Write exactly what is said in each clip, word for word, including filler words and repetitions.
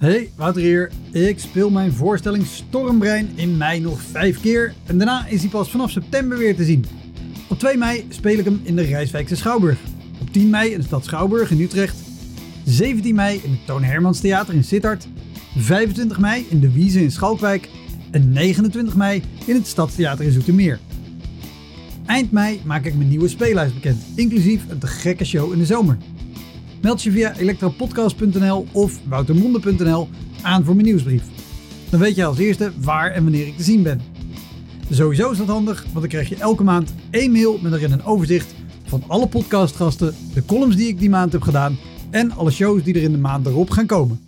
Hey, Wouter hier. Ik speel mijn voorstelling Stormbrein in mei nog vijf keer en daarna is hij pas vanaf september weer te zien. Op twee mei speel ik hem in de Rijswijkse Schouwburg. Op tien mei in de stad Schouwburg in Utrecht. zeventien mei in het Toon Hermans Theater in Sittard. vijfentwintig mei in de Wieze in Schalkwijk. En negenentwintig mei in het Stadstheater in Zoetermeer. Eind mei maak ik mijn nieuwe speellijst bekend, inclusief een te gekke show in de zomer. Meld je via elektrapodcast punt n l of woutermonde punt n l aan voor mijn nieuwsbrief. Dan weet je als eerste waar en wanneer ik te zien ben. Sowieso is dat handig, want dan krijg je elke maand één mail met erin een overzicht van alle podcastgasten, de columns die ik die maand heb gedaan en alle shows die er in de maand erop gaan komen.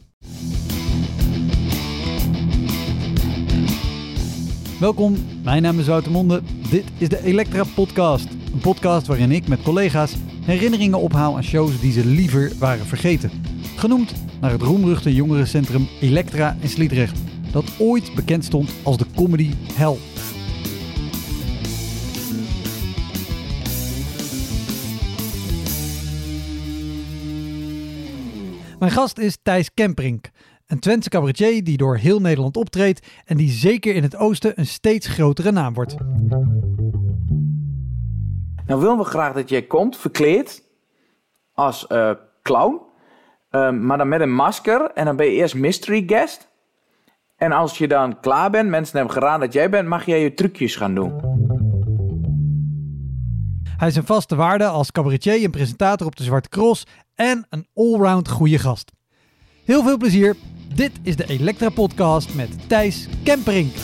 Welkom, mijn naam is Wouter Monde. Dit is de Elektra Podcast. Een podcast waarin ik met collega's herinneringen ophaal aan shows die ze liever waren vergeten. Genoemd naar het roemruchte jongerencentrum Elektra in Sliedrecht, dat ooit bekend stond als de comedy hell. Mijn gast is Thijs Kemperink, een Twentse cabaretier die door heel Nederland optreedt en die zeker in het oosten een steeds grotere naam wordt. Nou willen we graag dat jij komt, verkleed, als uh, clown, uh, maar dan met een masker en dan ben je eerst mystery guest. En als je dan klaar bent, mensen hebben geraden dat jij bent, mag jij je trucjes gaan doen. Hij is een vaste waarde als cabaretier en presentator op de Zwarte Cross en een allround goede gast. Heel veel plezier, dit is de Elektra Podcast met Thijs Kemperink.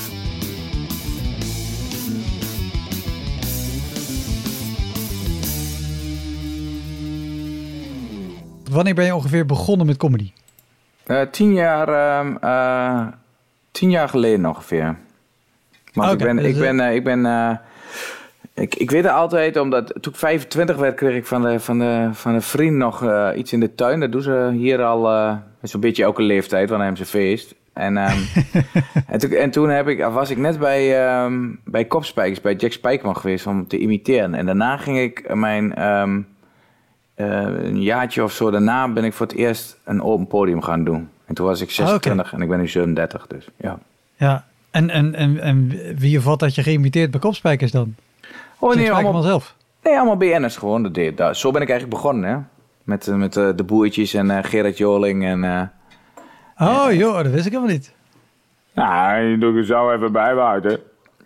Wanneer ben je ongeveer begonnen met comedy? Uh, tien jaar, uh, uh, tien jaar geleden ongeveer. Want okay, ik ben, dus ik ben, uh, ik ben, uh, ik, ik weet het altijd, omdat toen ik vijfentwintig werd, kreeg ik van de, van de, van een vriend nog uh, iets in de tuin. Dat doen ze hier al, uh, zo'n beetje elke leeftijd, want dan hebben ze feest. En, um, en, toen, en toen heb ik, was ik net bij, um, bij Kopspijkers, bij Jack Spijkerman geweest om te imiteren. En daarna ging ik mijn... Um, Uh, een jaartje of zo daarna ben ik voor het eerst een open podium gaan doen. En toen was ik zesentwintig oh, okay. En ik ben nu zevenendertig, dus ja. Ja, en, en, en, en wie of wat had je geïmiteerd bij Kopspijkers dan? Oh nee, allemaal zelf. Nee, allemaal B N'ers gewoon. Dat deed, dat, zo ben ik eigenlijk begonnen, hè. Met, met uh, de Boertjes en uh, Gerard Joling en... Uh, oh uh, joh, dat wist ik helemaal niet. Nou, je doet er zo even bij, Wouter.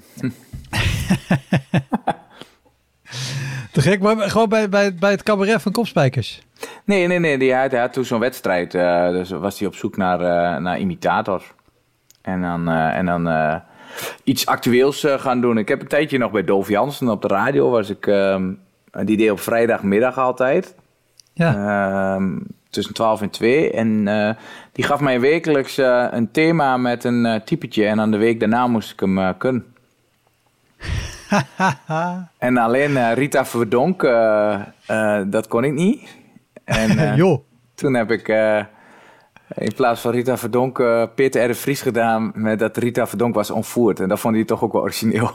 Te gek, maar gewoon bij, bij, bij het cabaret van Kopspijkers? Nee, nee, nee. Die had, hij had toen zo'n wedstrijd. Uh, dus was hij op zoek naar, uh, naar imitators. En dan, uh, en dan uh, iets actueels uh, gaan doen. Ik heb een tijdje nog bij Dolf Jansen op de radio. Was ik, uh, die deed op vrijdagmiddag altijd. Ja. Uh, tussen twaalf en twee. En uh, die gaf mij wekelijks uh, een thema met een uh, typetje. En aan de week daarna moest ik hem uh, kunnen. En alleen uh, Rita Verdonk, uh, uh, dat kon ik niet. En uh, jo. Toen heb ik uh, in plaats van Rita Verdonk uh, Peter R. de Vries gedaan met dat Rita Verdonk was ontvoerd. En dat vond hij toch ook wel origineel.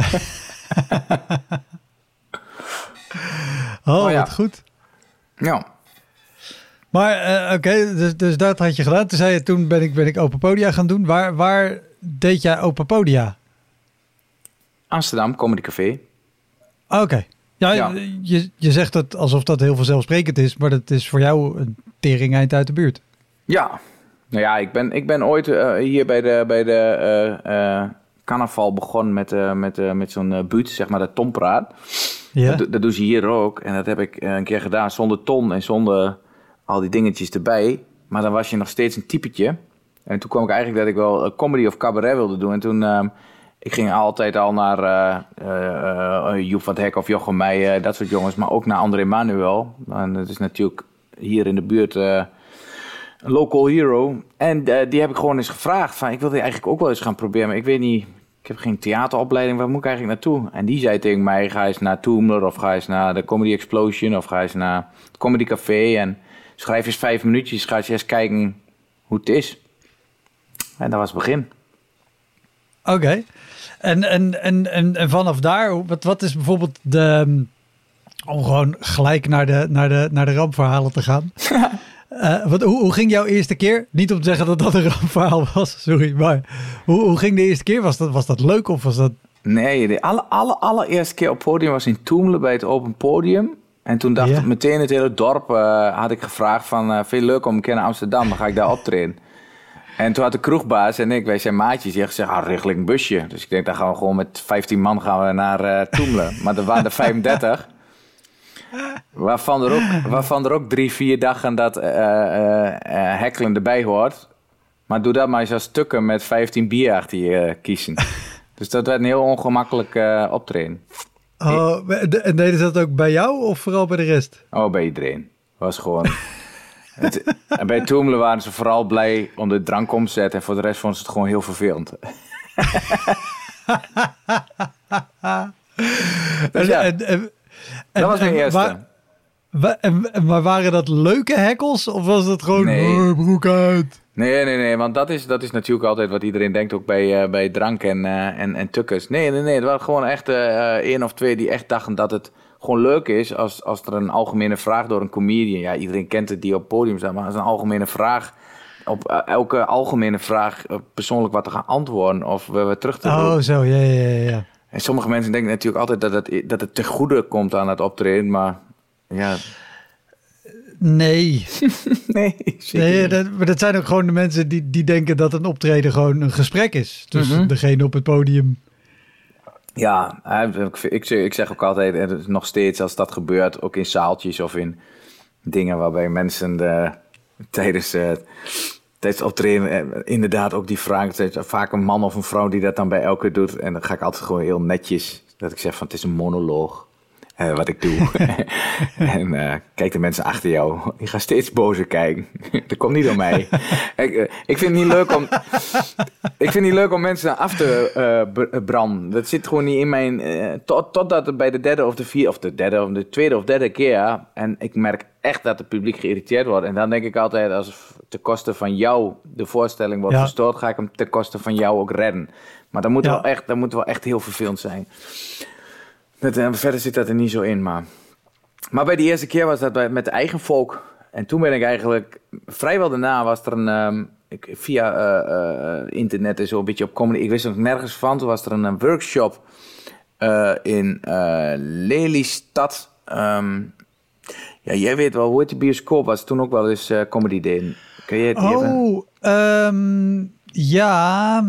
oh, oh ja. Wat goed. Ja. Maar uh, oké, okay, dus, dus dat had je gedaan. Toen zei je, toen ben ik, ben ik open podia gaan doen. Waar, waar deed jij open podia? Amsterdam, Comedy Café. Oké. Okay. Ja, ja. Je, je zegt het alsof dat heel vanzelfsprekend is, maar dat is voor jou een tering eind uit de buurt. Ja. Nou ja, ik ben, ik ben ooit uh, hier bij de, bij de uh, uh, carnaval begonnen met, uh, met, uh, met zo'n uh, buurt, zeg maar de Tompraat. Ja. Dat, dat doen ze hier ook. En dat heb ik uh, een keer gedaan zonder ton en zonder al die dingetjes erbij. Maar dan was je nog steeds een typetje. En toen kwam ik eigenlijk dat ik wel uh, comedy of cabaret wilde doen. En toen... Uh, Ik ging altijd al naar uh, uh, uh, Joep van het Hek of Jochem Meijer, dat soort jongens. Maar ook naar André Manuel. En dat is natuurlijk hier in de buurt uh, een local hero. En uh, die heb ik gewoon eens gevraagd. Van, ik wilde eigenlijk ook wel eens gaan proberen. Maar ik weet niet, ik heb geen theateropleiding. Waar moet ik eigenlijk naartoe? En die zei tegen mij, ga eens naar Toomler of ga eens naar de Comedy Explosion. Of ga eens naar het Comedy Café. En schrijf eens vijf minuutjes. Ga eens, eens kijken hoe het is. En dat was het begin. Oké. Okay. En, en, en, en, en vanaf daar, wat, wat is bijvoorbeeld de... Om gewoon gelijk naar de, naar de, naar de rampverhalen te gaan. Uh, wat, hoe, hoe ging jouw eerste keer? Niet om te zeggen dat dat een rampverhaal was, sorry. Maar hoe, hoe ging de eerste keer? Was dat, was dat leuk of was dat... Nee, de alle, alle, allereerste keer op het podium was in Toemelen bij het Open Podium. En toen dacht ja. ik meteen het hele dorp, uh, had ik gevraagd van... Uh, veel leuk om een keer naar Amsterdam, dan ga ik daar optreden. En toen had de kroegbaas en ik, wij zijn maatjes, die gezegd, ah, regel ik een busje. Dus ik denk, dan gaan we gewoon met vijftien man gaan we naar uh, Toemelen. Maar er waren er vijfendertig. Waarvan er, ook, waarvan er ook drie, vier dagen dat uh, uh, uh, hekkelen erbij hoort. Maar doe dat maar eens als stukken met vijftien bier achter je uh, kiezen. Dus dat werd een heel ongemakkelijk uh, optreden. Oh, en deden ze dat ook bij jou of vooral bij de rest? Oh, bij iedereen. Was gewoon... het, en bij Toemelen waren ze vooral blij om de drank om te zetten. En voor de rest vonden ze het gewoon heel vervelend. Dus ja, en, en, dat was mijn eerste. Waar, waar, en, maar waren dat leuke hekkels of was dat gewoon nee. oh, broek uit? Nee, nee, nee, want dat is, dat is natuurlijk altijd wat iedereen denkt, ook bij, uh, bij drank en, uh, en, en tukkers. Nee, nee, nee, het waren gewoon echt uh, één of twee die echt dachten dat het gewoon leuk is als, als er een algemene vraag door een comedian, ja, iedereen kent het die op het podium staat, maar als een algemene vraag, op uh, elke algemene vraag uh, persoonlijk wat te gaan antwoorden of we, we terug te doen. Oh, zo, ja, ja, ja. En sommige mensen denken natuurlijk altijd dat het, dat het ten goede komt aan het optreden, maar ja... Nee. nee, nee dat, maar dat zijn ook gewoon de mensen die, die denken dat een optreden gewoon een gesprek is. Tussen mm-hmm. degene op het podium. Ja, ik, ik, ik zeg ook altijd, en nog steeds als dat gebeurt, ook in zaaltjes of in dingen waarbij mensen de, tijdens, uh, tijdens het optreden inderdaad ook die vraag, het is vaak een man of een vrouw die dat dan bij elke doet. En dan ga ik altijd gewoon heel netjes, dat ik zeg van het is een monoloog. Uh, wat ik doe. en uh, kijk de mensen achter jou. Je gaat steeds bozer kijken. Dat komt niet door mij. ik, uh, ik vind het niet leuk om... ik vind het niet leuk om mensen af te uh, branden. Dat zit gewoon niet in mijn... Uh, tot, totdat het bij de derde of de vierde... Of de derde of de tweede of derde keer... En ik merk echt dat het publiek geïrriteerd wordt. En dan denk ik altijd... Als ten koste van jou de voorstelling wordt ja. verstoord... Ga ik hem ten koste van jou ook redden. Maar dat moet, ja. wel, echt, dat moet wel echt heel vervelend zijn. Met, uh, verder zit dat er niet zo in, maar... Maar bij die eerste keer was dat bij, met de eigen volk. En toen ben ik eigenlijk... Vrijwel daarna was er een... Um, ik, via uh, uh, internet en zo een beetje op comedy... Ik wist er nog nergens van. Toen was er een, een workshop uh, in uh, Lelystad. Um, ja, jij weet wel hoe het de bioscoop was. Toen ook wel eens uh, comedy deden. Kun je het oh, even... Um... Ja,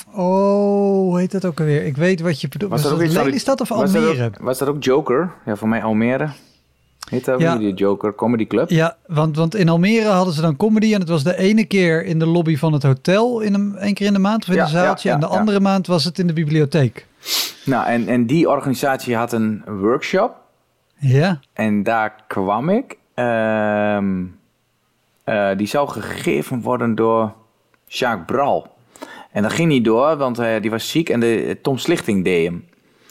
oh, hoe heet dat ook alweer? Ik weet wat je bedoelt. Was, was dat Lelystad of Almere? Was dat, ook, was dat ook Joker? Ja, voor mij Almere. Heet dat ja. die Joker Comedy Club? Ja, want, want in Almere hadden ze dan comedy en het was de ene keer in de lobby van het hotel, in een, één keer in de maand of in ja, een zaaltje. Ja, ja, en de ja. andere maand was het in de bibliotheek. Nou, en, en die organisatie had een workshop. Ja. En daar kwam ik. Uh, uh, die zou gegeven worden door... Jacques Bral. En dat ging niet door, want uh, die was ziek en de, Tom Slichting deed hem.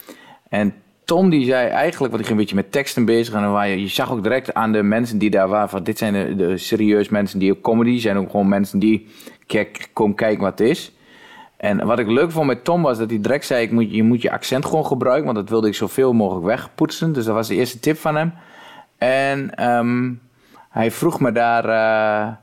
En Tom die zei eigenlijk, want ik ging een beetje met teksten bezig... en waar je, je zag ook direct aan de mensen die daar waren... van dit zijn de, de serieus mensen die ook comedy... zijn ook gewoon mensen die kijk, komen kijken wat het is. En wat ik leuk vond met Tom was dat hij direct zei... Ik moet, je moet je accent gewoon gebruiken... want dat wilde ik zoveel mogelijk wegpoetsen. Dus dat was de eerste tip van hem. En um, hij vroeg me daar... Uh,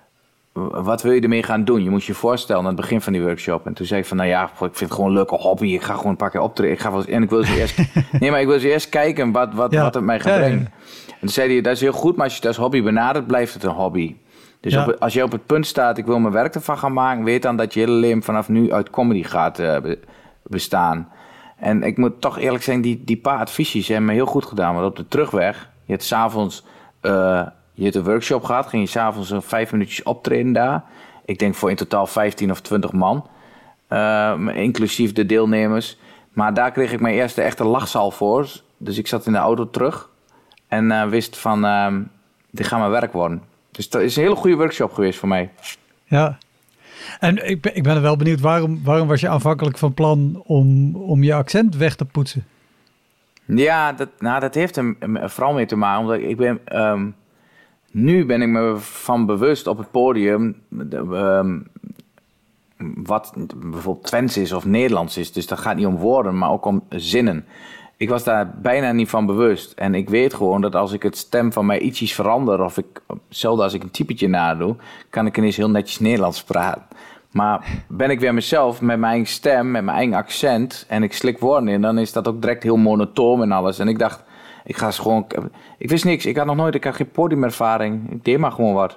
wat wil je ermee gaan doen? Je moet je voorstellen aan het begin van die workshop. En toen zei ik van, nou ja, ik vind het gewoon een leuke hobby. Ik ga gewoon een paar keer optreden. Ik ga wel, en ik wil ze eerst... nee, maar ik wil ze eerst kijken wat, wat, ja. wat het mij gaat ja, brengen. Ja. En toen zei hij, dat is heel goed, maar als je het als hobby benadert, blijft het een hobby. Dus ja. op, als je op het punt staat, ik wil mijn werk ervan gaan maken... weet dan dat je hele leven vanaf nu uit comedy gaat uh, bestaan. En ik moet toch eerlijk zijn, die, die paar adviesjes hebben me heel goed gedaan. Want op de terugweg, je hebt 's avonds... Uh, Je hebt een workshop gehad, ging je s'avonds een vijf minuutjes optreden daar. Ik denk voor in totaal vijftien of twintig man. Uh, inclusief de deelnemers. Maar daar kreeg ik mijn eerste echte lachzaal voor. Dus ik zat in de auto terug. En uh, wist van, uh, dit gaat mijn werk worden. Dus dat is een hele goede workshop geweest voor mij. Ja. En ik ben, ik ben er wel benieuwd, waarom, waarom was je aanvankelijk van plan om, om je accent weg te poetsen? Ja, dat, nou, dat heeft er vooral mee te maken. Omdat ik ben... Um, Nu ben ik me van bewust op het podium um, wat bijvoorbeeld Twents is of Nederlands is. Dus dat gaat niet om woorden, maar ook om zinnen. ik was daar bijna niet van bewust. En ik weet gewoon dat als ik het stem van mij ietsjes verander... of ik, zelden als ik een typetje nadoe... kan ik ineens heel netjes Nederlands praten. Maar ben ik weer mezelf met mijn eigen stem, met mijn eigen accent... en ik slik woorden in, dan is dat ook direct heel monotoon en alles. En ik dacht, ik ga eens gewoon... Ik wist niks, ik had nog nooit, ik had geen podiumervaring. Ik deed maar gewoon wat.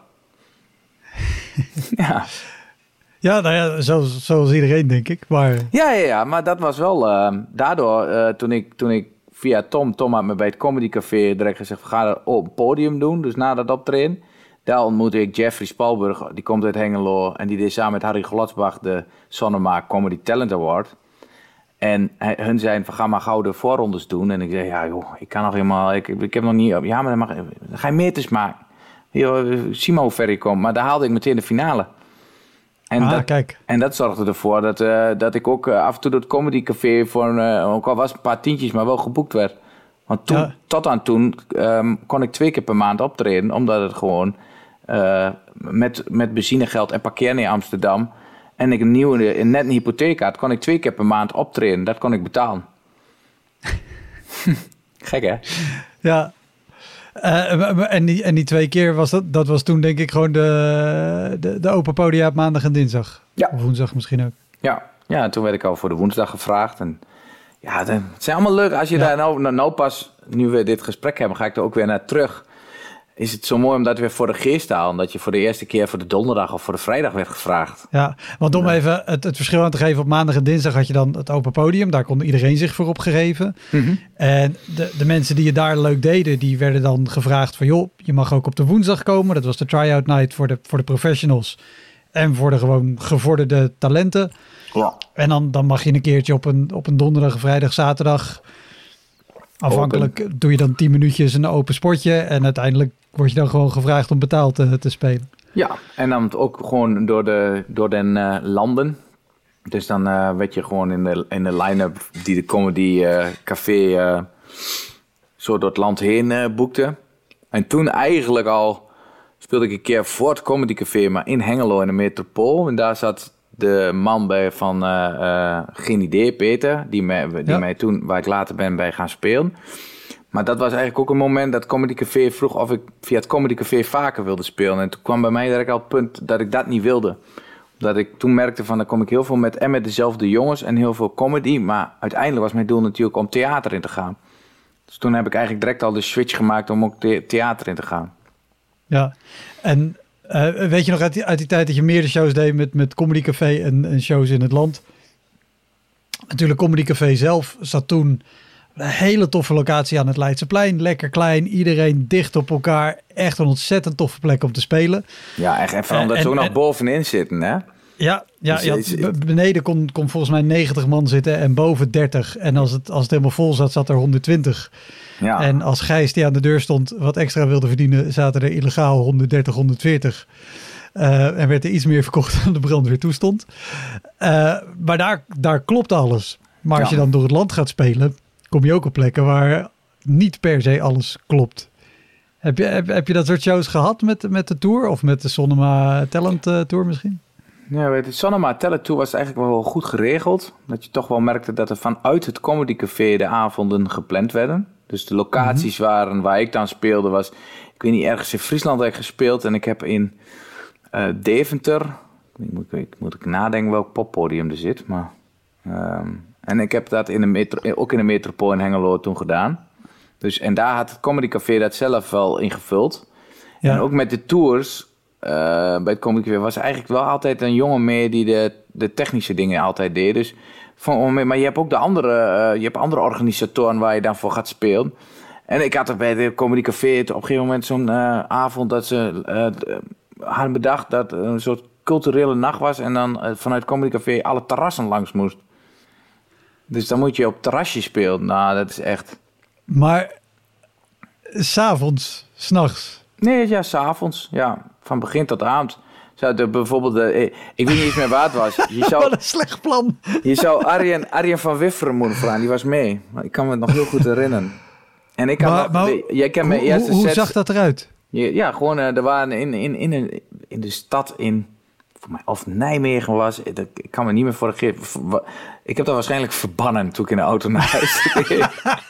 ja... Ja, nou ja, zoals, zoals iedereen, denk ik. Maar... Ja, ja, ja, maar dat was wel... Uh, daardoor, uh, toen, ik, toen ik via Tom... Tom had me bij het Comedy Café direct gezegd... we gaan op een podium doen, dus na dat optreden. Daar ontmoette ik Jeffrey Spalburg, die komt uit Hengelo... en die deed samen met Harry Glotsbach de Sonnema Comedy Talent Award. En hij, hun zeiden van, ga maar gouden voorrondes doen. En ik zei, ja joh, ik kan nog helemaal... Ik, ik heb nog niet... Ja, maar dan, mag, dan ga je meters maken. Yo, zie maar hoe ver je komt. Maar daar haalde ik meteen de finale. En, ah, dat, kijk. en dat zorgde ervoor dat, uh, dat ik ook uh, af en toe door het Comedy Café... voor uh, ook al was een paar tientjes, maar wel geboekt werd. Want toen, ja. tot aan toen um, kon ik twee keer per maand optreden... omdat het gewoon uh, met, met benzinegeld en parkeren in Amsterdam... en ik een nieuwe, net een hypotheek had... kon ik twee keer per maand optreden. Dat kon ik betalen. Gek, hè? Ja. Uh, en, die, en die twee keer was dat, dat was toen denk ik gewoon de, de, de open podia op maandag en dinsdag. Ja. Of woensdag misschien ook. Ja, ja, toen werd ik al voor de woensdag gevraagd. En ja, het zijn allemaal leuk. Als je ja. daar nou, nou, nou pas, nu we dit gesprek hebben, ga ik er ook weer naar terug. Is het zo mooi om dat weer voor de geest te halen. Omdat je voor de eerste keer voor de donderdag of voor de vrijdag werd gevraagd. Ja, want om ja. even het, het verschil aan te geven. Op maandag en dinsdag had je dan het open podium. Daar kon iedereen zich voor opgegeven. Mm-hmm. En de, de mensen die het daar leuk deden, die werden dan gevraagd van... joh, je mag ook op de woensdag komen. Dat was de try-out night voor de, voor de professionals. En voor de gewoon gevorderde talenten. Ja. En dan, dan mag je een keertje op een, op een donderdag, vrijdag, zaterdag... Afhankelijk open. Doe je dan tien minuutjes een open sportje... en uiteindelijk word je dan gewoon gevraagd om betaald te, te spelen. Ja, en dan ook gewoon door de, door de uh, landen. Dus dan uh, werd je gewoon in de, in de line-up die de Comedy uh, Café uh, zo door het land heen uh, boekte. En toen eigenlijk al speelde ik een keer voor het Comedy Café... maar in Hengelo in de Metropool. En daar zat de man bij van uh, uh, Geen Idee, Peter... die, mij, die ja. mij toen, waar ik later ben bij gaan spelen... Maar dat was eigenlijk ook een moment dat Comedy Café vroeg of ik via het Comedy Café vaker wilde spelen. En toen kwam bij mij direct al het punt dat ik dat niet wilde. Dat ik toen merkte van, dan kom ik heel veel met en met dezelfde jongens en heel veel comedy. Maar uiteindelijk was mijn doel natuurlijk om theater in te gaan. Dus toen heb ik eigenlijk direct al de switch gemaakt om ook the- theater in te gaan. Ja, en uh, weet je nog uit die, uit die tijd dat je meerdere shows deed met, met Comedy Café en, en shows in het land? Natuurlijk, Comedy Café zelf zat toen... Een hele toffe locatie aan het Leidseplein. Lekker klein, iedereen dicht op elkaar. Echt een ontzettend toffe plek om te spelen. Ja, echt. En vooral omdat ze ook nog bovenin zitten, hè? Ja, ja, ja beneden kon, kon volgens mij negentig man zitten en boven dertig. En als het, als het helemaal vol zat, zat er honderdtwintig. Ja. En als Gijs die aan de deur stond wat extra wilde verdienen, zaten er illegaal honderddertig, honderdveertig. Uh, en werd er iets meer verkocht dan de brandweer toestond. Uh, maar daar, daar klopt alles. Maar als ja. je dan door het land gaat spelen... kom je ook op plekken waar niet per se alles klopt. Heb je, heb, heb je dat soort shows gehad met, met de tour? Of met de Sonnema Talent uh, Tour misschien? Ja, weet je, de Sonnema Talent Tour was eigenlijk wel goed geregeld. Dat je toch wel merkte dat er vanuit het Comedy Café de avonden gepland werden. Dus de locaties mm-hmm. waren waar ik dan speelde was... Ik weet niet, ergens in Friesland heb ik gespeeld. En ik heb in uh, Deventer... Ik moet, ik moet ik nadenken welk poppodium er zit, maar... Um, En ik heb dat in de metro, ook in de Metropool in Hengelo toen gedaan. Dus, en daar had het Comedy Café dat zelf wel ingevuld. Ja. En ook met de tours uh, bij het Comedy Café was eigenlijk wel altijd een jongen mee die de, de technische dingen altijd deed. Dus van, maar je hebt ook de andere, uh, je hebt andere organisatoren waar je dan voor gaat spelen. En ik had er bij het Comedy Café op een gegeven moment zo'n uh, avond dat ze uh, hadden bedacht dat er een soort culturele nacht was. En dan uh, vanuit het Comedy Café alle terrassen langs moest. Dus dan moet je op terrasje spelen. Nou, dat is echt... Maar 's'avonds, 's nachts? Nee, ja, 's avonds. Ja, van begin tot avond. Zou de, bijvoorbeeld, de, ik weet niet eens meer waar het was. Je zou, Wat een slecht plan. Je zou Arjen, Arjen van Wifferen moeten vragen. Die was mee. Ik kan me het nog heel goed herinneren. En ik had maar, nog... maar, de, jij kent mijn hoe, eerste hoe set. zag dat eruit? Ja, gewoon, er waren in, in, in, in de stad in... of Nijmegen was. Ik kan me niet meer voor de geef. Ik heb dat waarschijnlijk verbannen toen ik in de auto naar huis reed.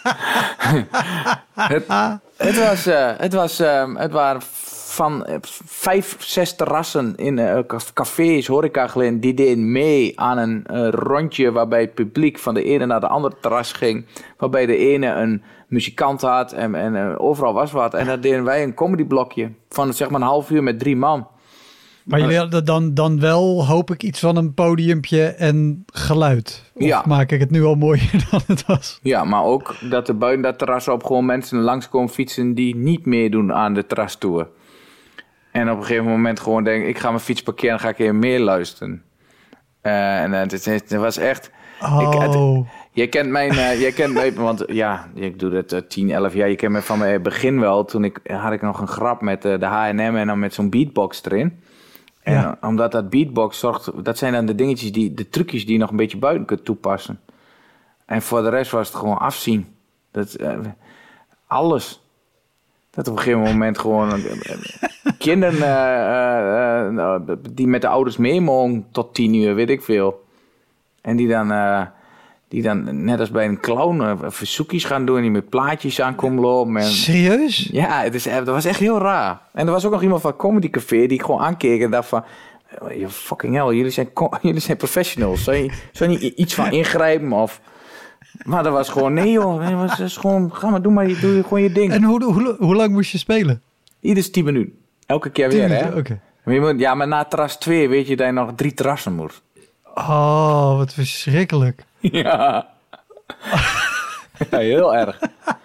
het, het was, uh, het was, uh, het waren van vijf, zes terrassen in uh, cafés, horecagelegenheden, die deden mee aan een uh, rondje waarbij het publiek van de ene naar de andere terras ging. Waarbij de ene een muzikant had en, en uh, overal was wat. En dan deden wij een comedyblokje van zeg maar een half uur met drie man. Maar jullie hadden dan, dan wel, hoop ik, iets van een podiumpje en geluid. Of ja. Maak ik het nu al mooier dan het was? Ja, maar ook dat er buiten dat terras op gewoon mensen langskomen fietsen die niet meedoen aan de terrastour. En op een gegeven moment gewoon denk ik ga mijn fiets parkeren en ga ik even meer luisteren. Uh, en het, het, het was echt... Oh. Ik, het, jij kent mijn... Uh, jij kent mij, want ja, ik doe dat uh, tien, elf jaar. Je kent me van mijn begin wel. Toen ik, had ik nog een grap met uh, de H en M en dan met zo'n beatbox erin. En ja. Omdat dat beatbox zorgt... Dat zijn dan de dingetjes, die, de trucjes die je nog een beetje buiten kunt toepassen. En voor de rest was het gewoon afzien. Dat, uh, alles. Dat op een gegeven moment gewoon... Uh, kinderen uh, uh, uh, die met de ouders mee mogen tot tien uur, weet ik veel. En die dan... Uh, Die dan net als bij een clown uh, verzoekjes gaan doen. En die met plaatjes aankomen lopen. En... Serieus? Ja, het is, dat was echt heel raar. En er was ook nog iemand van Comedy Café die ik gewoon aankeek en dacht van... Fucking hell, jullie zijn, jullie zijn professionals. Zou je, zou je niet iets van ingrijpen of... Maar dat was gewoon, nee joh, dat was, dat is gewoon, ga maar, doe maar, doe gewoon je ding. En hoe, hoe, hoe lang moest je spelen? Ieders tien minuten. Elke keer weer, minuten, hè. Okay. Maar je moet, ja, maar na terras twee weet je dat je nog drie terrassen moet. Oh, wat verschrikkelijk. Ja. Ja, heel erg.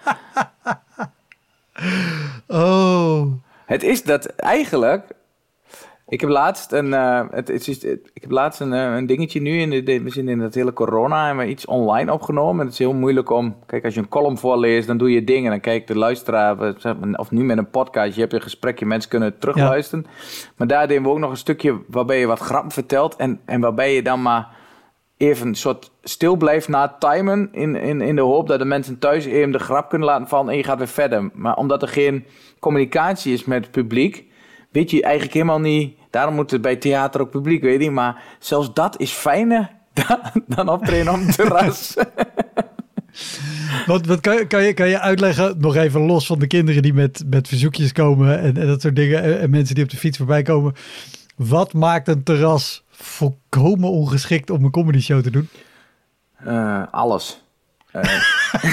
Oh. Het is dat eigenlijk... Ik heb laatst een, uh, het, het is, het, ik heb laatst een, uh, een dingetje nu, in de, de, we zijn in het hele corona, en we iets online opgenomen. En het is heel moeilijk om, kijk, als je een column voorleest, dan doe je dingen. Dan kijk de luisteraar, of nu met een podcast, je hebt een gesprekje, mensen kunnen terugluisteren. Ja. Maar daar deden we ook nog een stukje waarbij je wat grappen vertelt en, en waarbij je dan maar even een soort stil blijft na het timen, in, in, in de hoop dat de mensen thuis even de grap kunnen laten vallen en je gaat weer verder. Maar omdat er geen communicatie is met het publiek, weet je eigenlijk helemaal niet... Daarom moet het bij theater ook publiek, weet je. Maar zelfs dat is fijner dan, dan optreden op een terras. Wat, wat kan, je, kan, je, kan je uitleggen, nog even los van de kinderen die met, met verzoekjes komen en, en dat soort dingen, en, en mensen die op de fiets voorbij komen. Wat maakt een terras volkomen ongeschikt om een comedy show te doen? Uh, alles. Uh,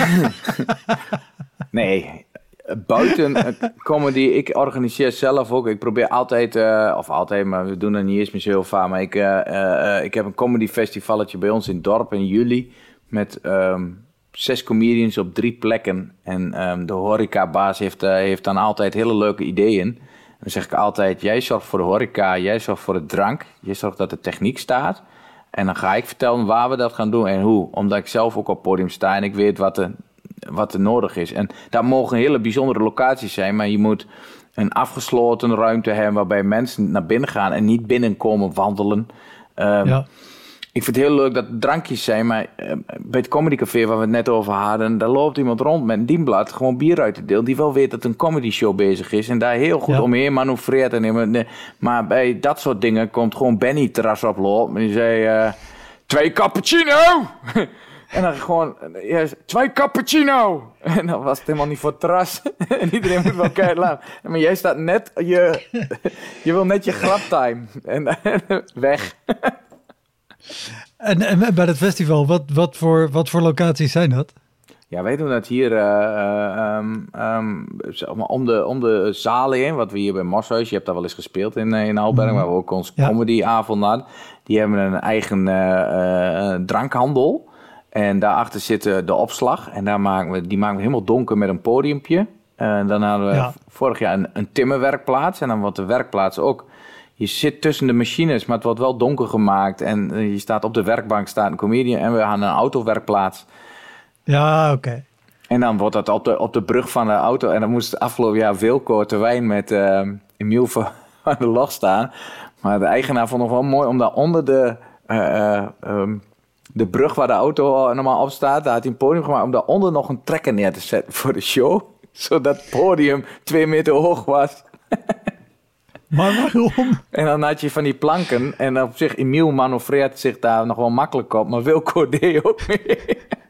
nee... Buiten comedy, ik organiseer zelf ook. Ik probeer altijd, uh, of altijd, maar we doen dat niet eens meer zo heel vaak. Maar ik, uh, uh, ik heb een comedy festivalletje bij ons in het dorp in juli. Met um, zes comedians op drie plekken. En um, de horecabaas heeft, uh, heeft dan altijd hele leuke ideeën. Dan zeg ik altijd, jij zorgt voor de horeca, jij zorgt voor de drank. Jij zorgt dat de techniek staat. En dan ga ik vertellen waar we dat gaan doen en hoe. Omdat ik zelf ook op het podium sta en ik weet wat er... wat er nodig is. En dat mogen hele bijzondere locaties zijn, maar je moet een afgesloten ruimte hebben waarbij mensen naar binnen gaan en niet binnenkomen wandelen. Um, ja. Ik vind het heel leuk dat er drankjes zijn, maar uh, bij het Comedy Café waar we het net over hadden, daar loopt iemand rond met een dienblad, gewoon bier uit te delen, die wel weet dat een comedy show bezig is en daar heel goed ja. omheen manoeuvreert. En, maar bij dat soort dingen komt gewoon Benny terras oplopen en die zei, uh, twee cappuccino! En dan gewoon, ja, twee cappuccino. En dan was het helemaal niet voor het terras. En iedereen moet wel keihard lachen. Maar jij staat net, je, je wil net je graptime. En, en weg. En, en bij dat festival, wat, wat, voor, wat voor locaties zijn dat? Ja, wij doen dat hier uh, um, um, zeg maar om, de, om de zalen heen. Wat we hier bij Moshuis, je hebt daar wel eens gespeeld in, in Alberg, waar we ook ons ja. comedyavond hadden. Die hebben een eigen uh, uh, drankhandel. En daarachter zit de opslag. En daar maken we, die maken we helemaal donker met een podiumpje. En dan hadden we ja. vorig jaar een, een timmerwerkplaats. En dan wordt de werkplaats ook... Je zit tussen de machines, maar het wordt wel donker gemaakt. En je staat op de werkbank, staat een comedian. En we gaan een autowerkplaats. Ja, oké. Okay. En dan wordt dat op de, op de brug van de auto. En dan moest het afgelopen jaar Wilco Terwijn met uh, Emiel van de Log staan. Maar de eigenaar vond het wel mooi om daar onder de... Uh, uh, um, de brug waar de auto normaal op staat, daar had hij een podium gemaakt om daaronder nog een trekker neer te zetten voor de show. Zodat het podium twee meter hoog was. Maar waarom? En dan had je van die planken. En op zich, Emiel manoeuvreert zich daar nog wel makkelijk op. Maar Wilco deed ook mee.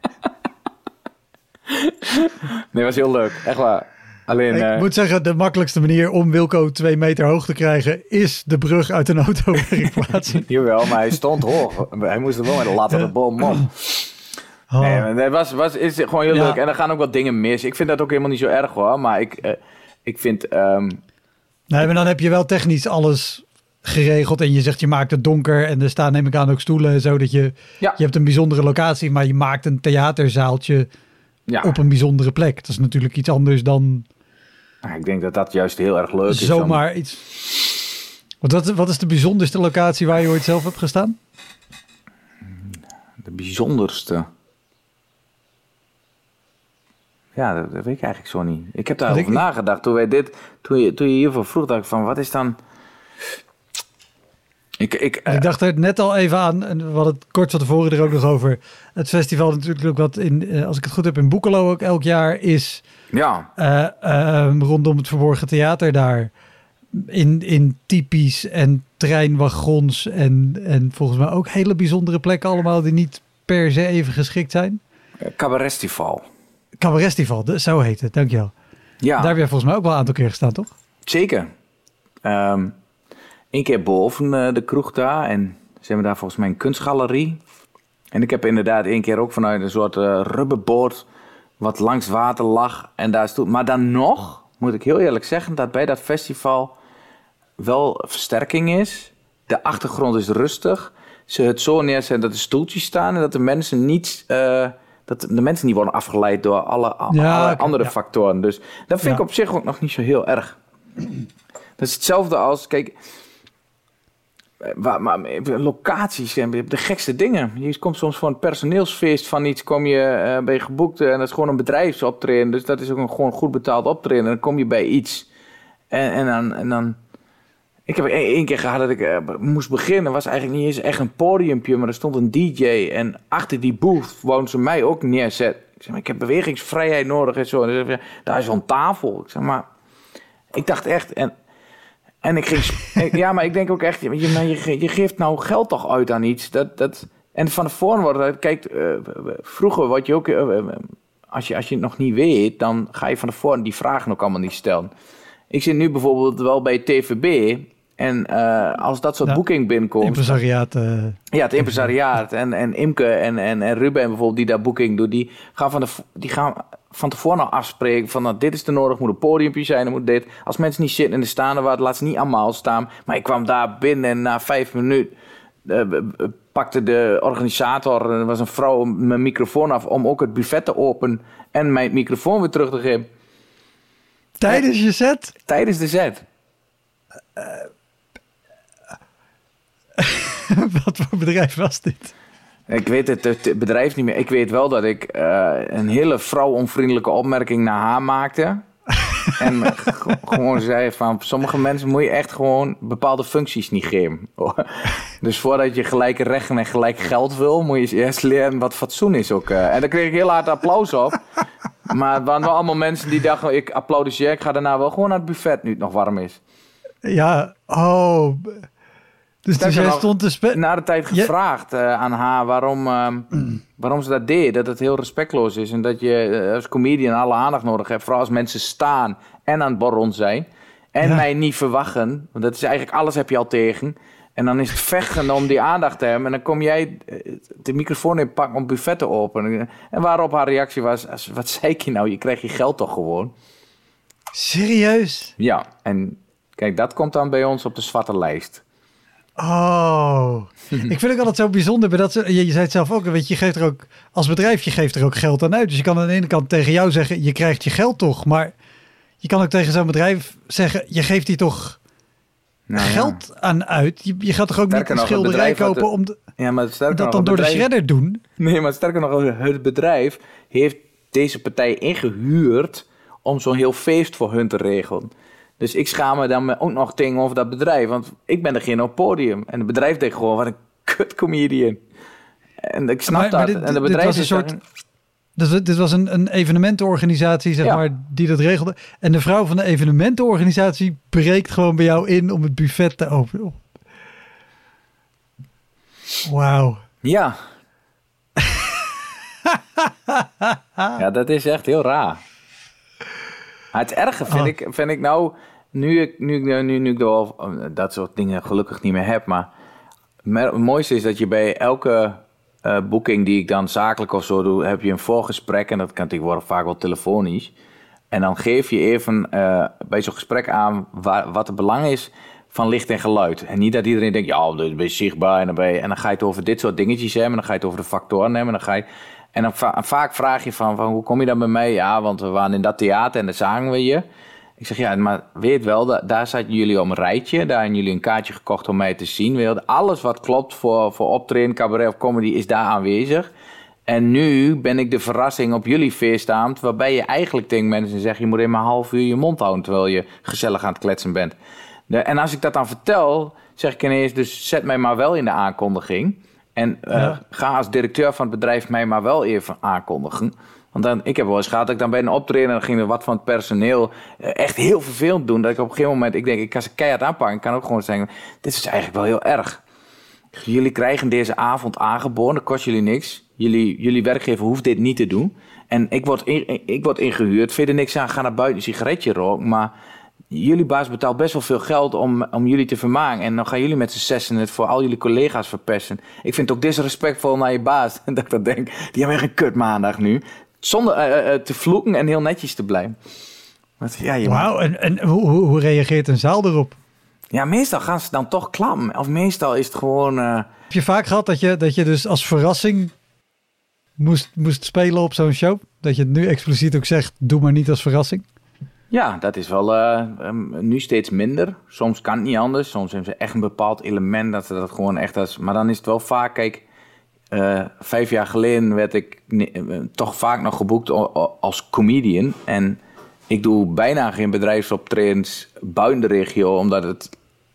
Nee, was heel leuk. Echt waar. Alleen, ik uh... moet zeggen, de makkelijkste manier om Wilco twee meter hoog te krijgen... is de brug uit een autowerkplaats. Jawel, maar hij stond hoog. Hij moest er wel met de lat op de boom op. Oh. Nee, dat was, was, is gewoon heel ja. leuk. En er gaan ook wat dingen mis. Ik vind dat ook helemaal niet zo erg hoor. Maar ik, uh, ik vind... Um... Nee, maar dan heb je wel technisch alles geregeld. En je zegt je maakt het donker. En er staan neem ik aan ook stoelen. Zodat je... Ja. Je hebt een bijzondere locatie. Maar je maakt een theaterzaaltje ja. op een bijzondere plek. Dat is natuurlijk iets anders dan... Nou, ik denk dat dat juist heel erg leuk is. Zomaar iets... Wat, wat is de bijzonderste locatie waar je ooit zelf hebt gestaan? De bijzonderste... Ja, dat, dat weet ik eigenlijk zo niet. Ik heb daarover ik... nagedacht. Toen wij dit, toen je, toen je hiervoor vroeg, dacht ik van, wat is dan... Ik, ik, uh... ik dacht er net al even aan, en we hadden het kort van tevoren er ook nog over. Het festival natuurlijk wat, in, als ik het goed heb, in Boekelo ook elk jaar is. Ja. Uh, uh, rondom het Verborgen Theater daar. In, in typisch en treinwagons en, en volgens mij ook hele bijzondere plekken allemaal die niet per se even geschikt zijn. Cabaretival. Cabaretival, zo heet het, dankjewel. Ja. Daar heb jij volgens mij ook wel een aantal keer gestaan, toch? Zeker. Um, Eén keer boven uh, de kroeg daar en ze hebben daar volgens mij een kunstgalerie. En ik heb inderdaad één keer ook vanuit een soort uh, rubberboot wat langs water lag. En daar stond, maar dan nog, moet ik heel eerlijk zeggen, dat bij dat festival wel versterking is. De achtergrond is rustig. Ze het zo neerzetten dat de stoeltjes staan en dat de mensen niet... Uh, dat de mensen niet worden afgeleid door alle, ja, alle okay, andere ja. factoren. Dus dat vind ja. ik op zich ook nog niet zo heel erg. Dat is hetzelfde als, kijk, waar, maar, locaties en de gekste dingen. Je komt soms voor een personeelsfeest van iets, kom je, uh, ben je geboekt en dat is gewoon een bedrijfsoptreden. Dus dat is ook een gewoon goed betaald optreden. En dan kom je bij iets. En, en dan... En dan ik heb één keer gehad dat ik uh, moest beginnen. Was eigenlijk niet eens echt een podiumpje, maar er stond een D J. En achter die booth wouden ze mij ook neerzetten. Ik zeg, maar ik heb bewegingsvrijheid nodig en zo. En ze zei, daar is zo'n tafel. Ik zeg, maar... Ik dacht echt... En, en ik ging... ja, maar ik denk ook echt... Je, je, je geeft nou geld toch uit aan iets. Dat, dat, en van tevoren wordt... Kijk, uh, vroeger word je ook... Uh, als, je, als je het nog niet weet, dan ga je van tevoren die vragen ook allemaal niet stellen. Ik zit nu bijvoorbeeld wel bij T V B... En uh, als dat soort ja, boeking binnenkomt... Impresariaat. Uh, ja, het impresariaat. En, en Imke en, en, en Ruben bijvoorbeeld, die daar boeking doen... die gaan van, de, die gaan van tevoren al afspreken... van nou, dit is te nodig, moet een podiumpje zijn, dan moet dit. Als mensen niet zitten in de staande waard, laat ze niet allemaal staan. Maar ik kwam daar binnen en na vijf minuten... Uh, pakte de organisator, er was een vrouw, mijn microfoon af... om ook het buffet te openen en mijn microfoon weer terug te geven. Tijdens en, je set? Tijdens de set. Uh, Wat voor bedrijf was dit? Ik weet het, het bedrijf niet meer. Ik weet wel dat ik uh, een hele vrouwonvriendelijke opmerking naar haar maakte. En g- gewoon zei van... sommige mensen moet je echt gewoon bepaalde functies niet geven. Dus voordat je gelijke rechten en gelijk geld wil... moet je eerst leren wat fatsoen is ook. Uh. En daar kreeg ik heel hard applaus op. Maar het waren wel allemaal mensen die dachten... ik applaudisseer, ik ga daarna wel gewoon naar het buffet nu het nog warm is. Ja, oh... Dus, dus jij stond te spe- na de tijd gevraagd uh, aan haar waarom, uh, mm. waarom ze dat deed. Dat het heel respectloos is. En dat je uh, als comedian alle aandacht nodig hebt. Vooral als mensen staan en aan het borrelen zijn. En ja. mij niet verwachten. Want dat is eigenlijk alles heb je al tegen. En dan is het vechten om die aandacht te hebben. En dan kom jij de microfoon in pakken om het buffet te openen. En waarop haar reactie was... Wat zei ik je nou? Je krijgt je geld toch gewoon? Serieus? Ja. En kijk, dat komt dan bij ons op de zwarte lijst. Oh, ik vind het altijd zo bijzonder. Dat ze, je, je zei het zelf ook, weet je, je geeft er ook als bedrijf, je geeft er ook geld aan uit. Dus je kan aan de ene kant tegen jou zeggen, je krijgt je geld toch. Maar je kan ook tegen zo'n bedrijf zeggen, je geeft die toch nou, geld ja. aan uit. Je, je gaat toch ook sterker niet een schilderij kopen de, om de, ja, maar dat nog, dan door bedrijf, de shredder doen? Nee, maar sterker nog, het bedrijf heeft deze partij ingehuurd om zo'n heel feest voor hun te regelen. Dus ik schaam me dan ook nog dingen over dat bedrijf. Want ik ben degene op het podium. En het bedrijf denkt gewoon, wat een kut comedian. En ik snap maar, dat. Maar dit, en de bedrijf dit was een soort... Dus dit was een, een evenementenorganisatie, zeg ja. maar, die dat regelde. En de vrouw van de evenementenorganisatie breekt gewoon bij jou in om het buffet te openen. Wauw. Ja. Ja, dat is echt heel raar. Maar het erge vind, oh. ik, vind ik nou, nu ik, nu, nu, nu, nu ik wel dat soort dingen gelukkig niet meer heb, maar het mooiste is dat je bij elke uh, boeking die ik dan zakelijk of zo doe, heb je een voorgesprek en dat kan tegenwoordig vaak wel telefonisch. En dan geef je even uh, bij zo'n gesprek aan waar, wat het belang is van licht en geluid. En niet dat iedereen denkt, ja, dan ben je zichtbaar en dan, ben je, en dan ga je het over dit soort dingetjes hebben en dan ga je het over de factoren hebben en dan ga je... En dan va- vaak vraag je van, van, hoe kom je dan bij mij? Ja, want we waren in dat theater en daar zagen we je. Ik zeg, ja, maar weet wel, da- daar zaten jullie om een rijtje. Daar hebben jullie een kaartje gekocht om mij te zien. Weet alles wat klopt voor, voor optreden, cabaret of comedy is daar aanwezig. En nu ben ik de verrassing op jullie feestavond, waarbij je eigenlijk tegen mensen zegt, je moet even een half uur je mond houden, terwijl je gezellig aan het kletsen bent. De, en als ik dat dan vertel, zeg ik ineens, dus zet mij maar wel in de aankondiging. En uh, ja. ga als directeur van het bedrijf mij maar wel even aankondigen. Want dan, ik heb wel eens gehad dat ik dan bij een optreden... en dan ging er wat van het personeel uh, echt heel vervelend doen. Dat ik op een gegeven moment, ik denk, ik kan ze keihard aanpakken. Ik kan ook gewoon zeggen, dit is eigenlijk wel heel erg. Jullie krijgen deze avond aangeboden, dat kost jullie niks. Jullie, jullie werkgever hoeft dit niet te doen. En ik word, in, ik word ingehuurd, vind er niks aan, ga naar buiten een sigaretje roken. Maar jullie baas betaalt best wel veel geld om, om jullie te vermaken. En dan gaan jullie met z'n zessen het voor al jullie collega's verpesten. Ik vind het ook disrespectvol naar je baas. Dat ik dan denk, die hebben echt een kut maandag nu. Zonder uh, uh, te vloeken en heel netjes te blijven. Ja, Wauw, en, en hoe, hoe reageert een zaal erop? Ja, meestal gaan ze dan toch klam. Of meestal is het gewoon... Uh... Heb je vaak gehad dat je, dat je dus als verrassing moest, moest spelen op zo'n show? Dat je het nu expliciet ook zegt, doe maar niet als verrassing? Ja, dat is wel uh, um, nu steeds minder. Soms kan het niet anders. Soms hebben ze echt een bepaald element dat ze dat gewoon echt als... Maar dan is het wel vaak, kijk... Uh, vijf jaar geleden werd ik uh, toch vaak nog geboekt o- o- als comedian. En ik doe bijna geen bedrijfsoptredens buiten de regio, omdat het...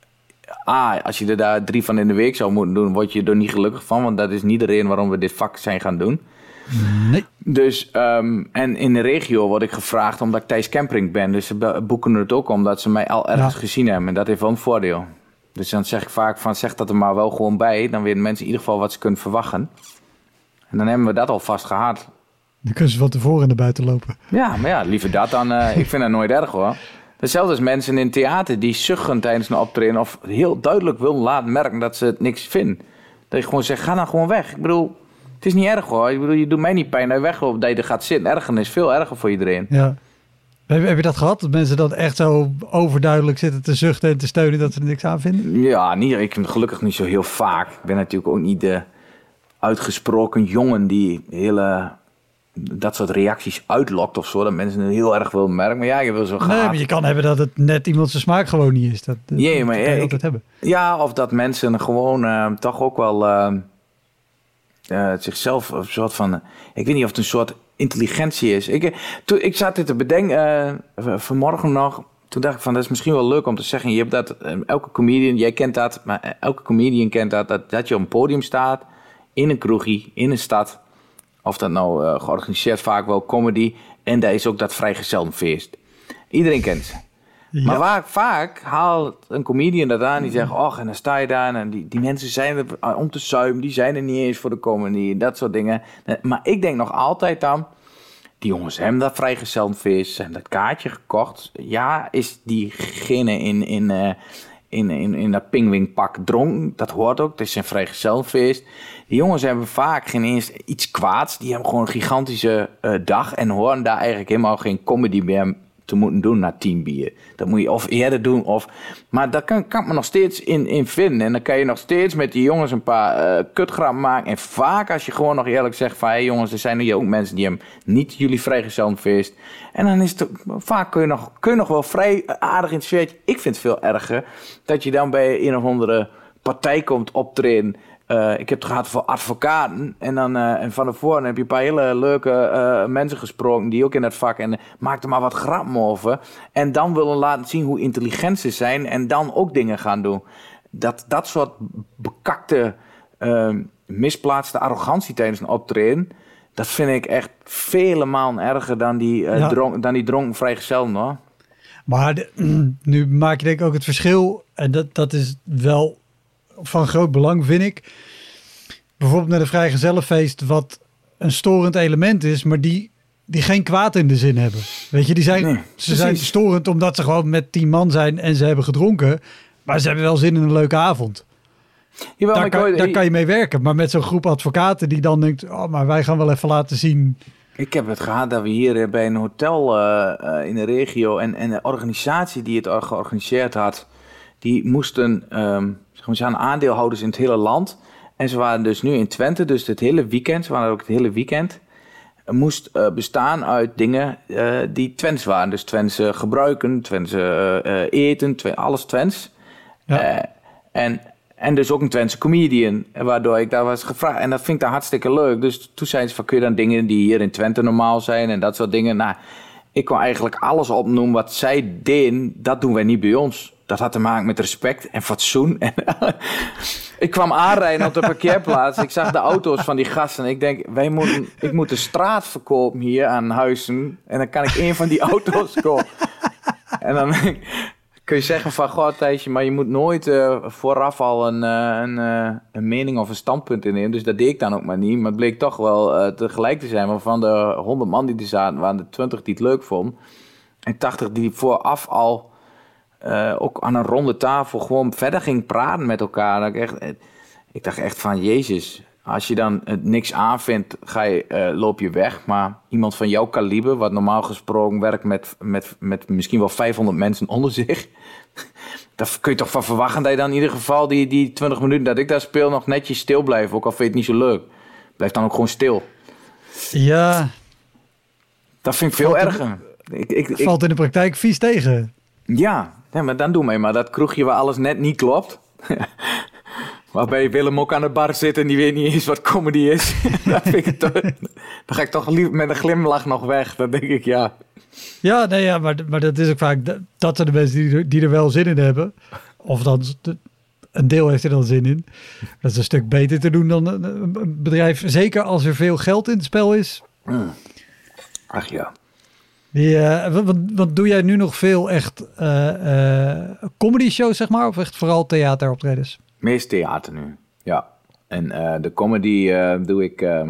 A, als je er daar drie van in de week zou moeten doen, word je er niet gelukkig van. Want dat is niet de reden waarom we dit vak zijn gaan doen. Nee. Dus, um, en in de regio word ik gevraagd omdat ik Thijs Kemperink ben. Dus ze boeken het ook omdat ze mij al ergens ja. gezien hebben. En dat heeft wel een voordeel. Dus dan zeg ik vaak van, zeg dat er maar wel gewoon bij. Dan weten mensen in ieder geval wat ze kunnen verwachten. En dan hebben we dat al vast gehad. Dan kunnen ze van tevoren naar buiten lopen. Ja, maar ja, liever dat dan. Uh, ik vind dat nooit erg hoor. Hetzelfde als mensen in theater die suggen tijdens een optreden of heel duidelijk willen laten merken dat ze het niks vinden. Dat je gewoon zegt, ga dan gewoon weg. Ik bedoel, het is niet erg hoor. Ik bedoel, je doet mij niet pijn dat je wegloopt, dat je er gaat zitten. Ergernis is veel erger voor iedereen. Ja. Heb, heb je dat gehad? Dat mensen dan echt zo overduidelijk zitten te zuchten en te steunen dat ze er niks aan vinden? Ja, niet, ik vind het gelukkig niet zo heel vaak. Ik ben natuurlijk ook niet de uitgesproken jongen die hele... dat soort reacties uitlokt of zo, dat mensen het heel erg willen merken. Maar ja, je wil zo gehad. Nee, maar je kan hebben dat het net iemand zijn smaak gewoon niet is. Dat, dat, Jee, maar dat kan je ik, altijd hebben. Ja, of dat mensen gewoon uh, toch ook wel uh, uh, zichzelf een soort van... Uh, ik weet niet of het een soort intelligentie is. Ik, toen, ik zat dit te bedenken uh, vanmorgen nog. Toen dacht ik van, dat is misschien wel leuk om te zeggen. Je hebt dat, uh, elke comedian, jij kent dat, maar elke comedian kent dat, dat, dat je op een podium staat, in een kroegie, in een stad. Of dat nou uh, georganiseerd vaak wel comedy. En daar is ook dat vrijgezellenfeest. Iedereen kent ze. Ja. Maar waar, vaak haalt een comedian dat aan. Die zegt, och, en dan sta je daar. En die, die mensen zijn er om te zuimen. Die zijn er niet eens voor de comedy. Dat soort dingen. Maar ik denk nog altijd dan... Die jongens hebben dat vrijgezellenfeest. Ze hebben dat kaartje gekocht. Ja, is diegene in... in uh, In, in, in dat pingwingpak dronken. Dat hoort ook. Het is een vrijgezellenfeest. Die jongens hebben vaak geen eens iets kwaads. Die hebben gewoon een gigantische uh, dag. En horen daar eigenlijk helemaal geen comedy meer te moeten doen na tien bier. Dat moet je of eerder doen. Of... Maar daar kan, kan ik me nog steeds in, in vinden. En dan kan je nog steeds met die jongens een paar uh, kutgrappen maken. En vaak als je gewoon nog eerlijk zegt van... Hé hey jongens, er zijn hier ook mensen die hebben niet jullie vrijgezellenfeest. En dan is het vaak kun je nog, kun je nog wel vrij aardig in het sfeertje. Ik vind het veel erger dat je dan bij een of andere partij komt optreden. Uh, ik heb het gehad voor advocaten. En dan uh, en van tevoren heb je een paar hele leuke uh, mensen gesproken die ook in dat vak. En uh, maak er maar wat grappen over. En dan willen laten zien hoe intelligent ze zijn. En dan ook dingen gaan doen. Dat, dat soort bekakte, uh, misplaatste arrogantie tijdens een optreden. Dat vind ik echt vele malen erger dan die, uh, ja. dronk, dan die dronken vrijgezellen, hoor. Maar de, nu maak je denk ik ook het verschil. En dat, dat is wel van groot belang, vind ik. Bijvoorbeeld naar de vrijgezellenfeest, wat een storend element is, maar die, die geen kwaad in de zin hebben. Weet je, die zijn, nee, ze zijn storend omdat ze gewoon met tien man zijn en ze hebben gedronken. Maar ze hebben wel zin in een leuke avond. Jawel, daar, kan, ooit, daar kan je mee werken. Maar met zo'n groep advocaten die dan denkt, oh, maar wij gaan wel even laten zien. Ik heb het gehad dat we hier bij een hotel uh, uh, in de regio en, en de organisatie die het georganiseerd had, die moesten, um, ze zijn aandeelhouders in het hele land. En ze waren dus nu in Twente, dus het hele weekend, ze waren ook het hele weekend, moest uh, bestaan uit dingen uh, die Twents waren. Dus Twentse gebruiken, Twentse uh, uh, eten, Tw- alles Twents. Ja. Uh, en, en dus ook een Twentse comedian, waardoor ik daar was gevraagd. En dat vind ik dan hartstikke leuk. Dus toen zeiden ze van, kun je dan dingen die hier in Twente normaal zijn en dat soort dingen. Nou, ik kon eigenlijk alles opnoemen wat zij deden, dat doen wij niet bij ons. Dat had te maken met respect en fatsoen. En ik kwam aanrijden op de parkeerplaats. Ik zag de auto's van die gasten. En ik denk, wij moeten, ik moet de straat verkopen hier aan Huizen. En dan kan ik een van die auto's kopen. En dan kun je zeggen van, goh Thijsje, maar je moet nooit uh, vooraf al een, uh, een, uh, een mening of een standpunt innemen. Dus dat deed ik dan ook maar niet. Maar het bleek toch wel uh, tegelijk te zijn. Maar van de honderd man die er zaten, waren er twintig die het leuk vonden. En tachtig die vooraf al uh, ook aan een ronde tafel gewoon verder ging praten met elkaar. Dat ik, echt, ik dacht echt van, Jezus, als je dan het niks aanvindt, ga je, uh, loop je weg. Maar iemand van jouw kaliber, wat normaal gesproken werkt met, met, met misschien wel vijfhonderd mensen onder zich. Daar kun je toch van verwachten dat je dan in ieder geval die, die twintig minuten dat ik daar speel nog netjes stil blijft. Ook al vind je het niet zo leuk. Blijf dan ook gewoon stil. Ja. Dat vind ik veel valt erger. In, ik, ik, valt in de praktijk vies tegen. Ja, ja, maar dan doe mij maar dat kroegje waar alles net niet klopt. Waarbij Willem ook aan de bar zit en die weet niet eens wat comedy is. Dat vind ik toch, dan ga ik toch liever met een glimlach nog weg. Dan denk ik, ja. Ja, nee, ja maar, maar dat is ook vaak, dat zijn de mensen die, die er wel zin in hebben. Of dan een deel heeft er dan zin in. Dat is een stuk beter te doen dan een bedrijf. Zeker als er veel geld in het spel is. Mm. Ach ja. Die, uh, wat, wat doe jij nu nog veel echt uh, uh, comedy shows, zeg maar? Of echt vooral theateroptredens? Meest theater nu, ja. En uh, de comedy uh, doe ik... Uh,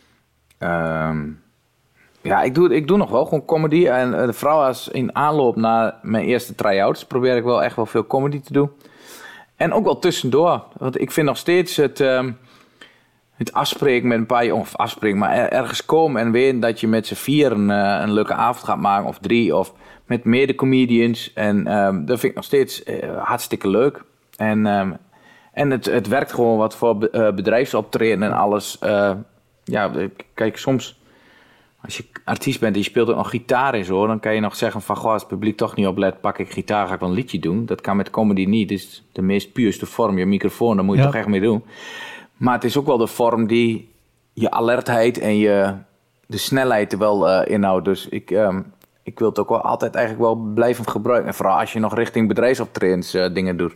um, ja, ik doe, ik doe nog wel gewoon comedy. En uh, de vrouw als in aanloop naar mijn eerste try-outs probeer ik wel echt wel veel comedy te doen. En ook wel tussendoor. Want ik vind nog steeds het... Um, Het afspreken met een paar, of afspreken, maar ergens komen en weten dat je met z'n vier een, uh, een leuke avond gaat maken, of drie, of met mede-comedians. En um, dat vind ik nog steeds uh, hartstikke leuk. En, um, en het, het werkt gewoon wat voor be- uh, bedrijfsoptreden en alles. Uh, ja, kijk, soms als je artiest bent en je speelt ook nog gitaar in zo, dan kan je nog zeggen van, goh, als het publiek toch niet oplet, pak ik gitaar, ga ik wel een liedje doen. Dat kan met comedy niet. Het is de meest puurste vorm. Je microfoon, daar moet je ja. toch echt mee doen. Maar het is ook wel de vorm die je alertheid en je, de snelheid er wel uh, inhoudt. Dus ik, um, ik wil het ook wel altijd eigenlijk wel blijven gebruiken. En vooral als je nog richting bedrijfsoptredens uh, dingen doet.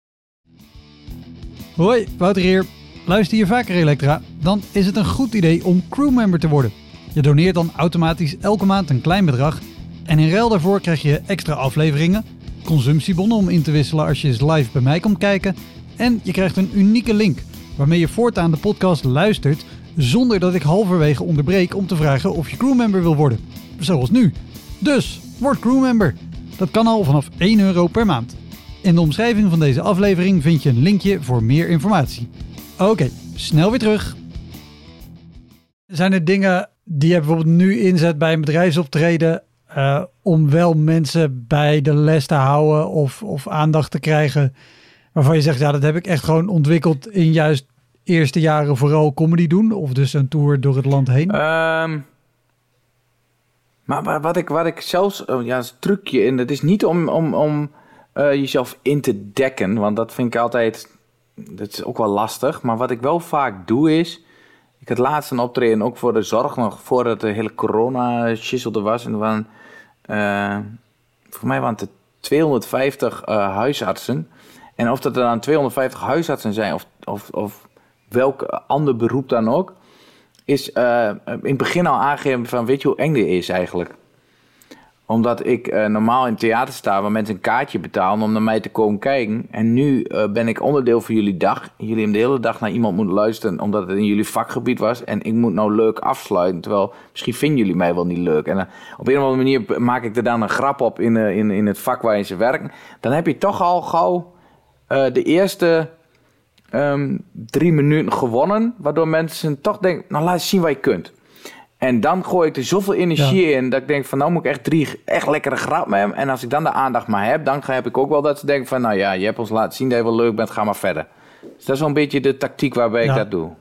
Hoi, Wouter hier. Luister je vaker Elektra? Dan is het een goed idee om crewmember te worden. Je doneert dan automatisch elke maand een klein bedrag. En in ruil daarvoor krijg je extra afleveringen, consumptiebonnen om in te wisselen als je eens live bij mij komt kijken. En je krijgt een unieke link waarmee je voortaan de podcast luistert zonder dat ik halverwege onderbreek om te vragen of je crewmember wil worden. Zoals nu. Dus, word crewmember. Dat kan al vanaf één euro per maand. In de omschrijving van deze aflevering vind je een linkje voor meer informatie. Oké, okay, snel weer terug. Zijn er dingen die je bijvoorbeeld nu inzet bij een bedrijfsoptreden uh, om wel mensen bij de les te houden of, of aandacht te krijgen, waarvan je zegt, ja, dat heb ik echt gewoon ontwikkeld in juist eerste jaren vooral comedy doen? Of dus een tour door het land heen? Um, maar wat ik, wat ik zelfs, oh ja, een trucje in, het is niet om, om, om uh, jezelf in te dekken, want dat vind ik altijd, dat is ook wel lastig. Maar wat ik wel vaak doe is, ik had laatst een optreden ook voor de zorg, nog voordat de hele corona-schissel er was. En er waren, uh, voor mij waren het tweehonderdvijftig uh, huisartsen. En of dat er dan tweehonderdvijftig huisartsen zijn of, of, of welk ander beroep dan ook. is uh, in het begin al aangegeven van, weet je hoe eng dit is eigenlijk? Omdat ik uh, normaal in het theater sta waar mensen een kaartje betalen om naar mij te komen kijken. En nu uh, ben ik onderdeel van jullie dag. Jullie hebben de hele dag naar iemand moeten luisteren omdat het in jullie vakgebied was. En ik moet nou leuk afsluiten. Terwijl misschien vinden jullie mij wel niet leuk. En uh, op een of andere manier maak ik er dan een grap op in, uh, in, in het vak waarin ze werken. Dan heb je toch al gauw uh, de eerste um, drie minuten gewonnen. Waardoor mensen toch denken, nou laat eens zien wat je kunt. En dan gooi ik er zoveel energie ja. in dat ik denk van nou moet ik echt drie echt lekkere grap met hem. En als ik dan de aandacht maar heb, dan heb ik ook wel dat ze denken van nou ja, je hebt ons laten zien dat je wel leuk bent, ga maar verder. Dus dat is wel een beetje de tactiek waarbij ja. ik dat doe.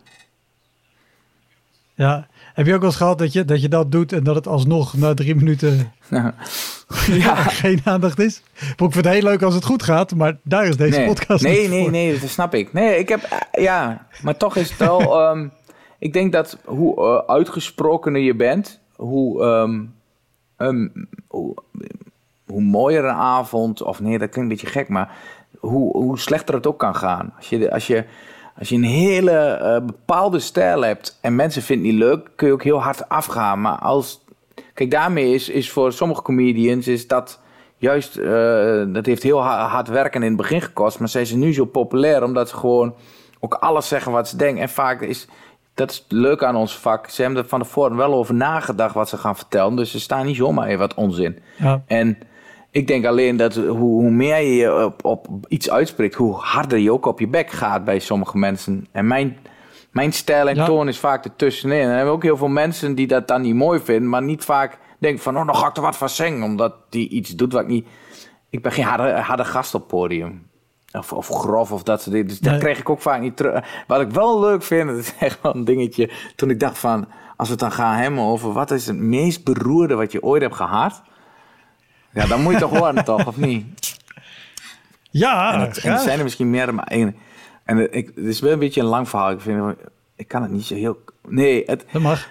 Ja, heb je ook wel eens gehad dat je, dat je dat doet en dat het alsnog na drie minuten ja. geen aandacht is? Ik vind het heel leuk als het goed gaat, maar daar is deze nee. podcast nee, niet nee, voor. Nee, nee, dat snap ik. Nee, ik heb, ja, maar toch is het wel... um, ik denk dat hoe uh, uitgesprokener je bent, hoe, um, um, hoe, hoe mooier een avond, of nee, dat klinkt een beetje gek, maar hoe, hoe slechter het ook kan gaan. Als je, als je, als je een hele uh, bepaalde stijl hebt en mensen vinden het niet leuk, kun je ook heel hard afgaan. Maar als, kijk, daarmee is, is voor sommige comedians is dat juist, uh, dat heeft heel hard werken in het begin gekost, maar zijn ze nu zo populair omdat ze gewoon ook alles zeggen wat ze denken. En vaak is... Dat is leuk aan ons vak. Ze hebben er van tevoren wel over nagedacht wat ze gaan vertellen. Dus ze staan niet zomaar even wat onzin. Ja. En ik denk alleen dat hoe, hoe meer je op, op iets uitspreekt, hoe harder je ook op je bek gaat bij sommige mensen. En mijn, mijn stijl en ja. toon is vaak ertussenin. En er hebben ook heel veel mensen die dat dan niet mooi vinden, maar niet vaak denken van, oh, dan ga ik er wat van zingen. Omdat die iets doet wat ik niet... Ik ben geen harde, harde gast op het podium. Of, of grof of dat soort dingen. Dus nee. dat kreeg ik ook vaak niet terug. Wat ik wel leuk vind, dat is echt wel een dingetje. Toen ik dacht van, als we het dan gaan hebben over wat is het meest beroerde wat je ooit hebt gehad. Ja, dan moet je toch horen toch, of niet? Ja, en, het, en er zijn er misschien meer, maar één. En het, ik, het is wel een beetje een lang verhaal. Ik vind, ik kan het niet zo heel... Nee, het... Dat mag.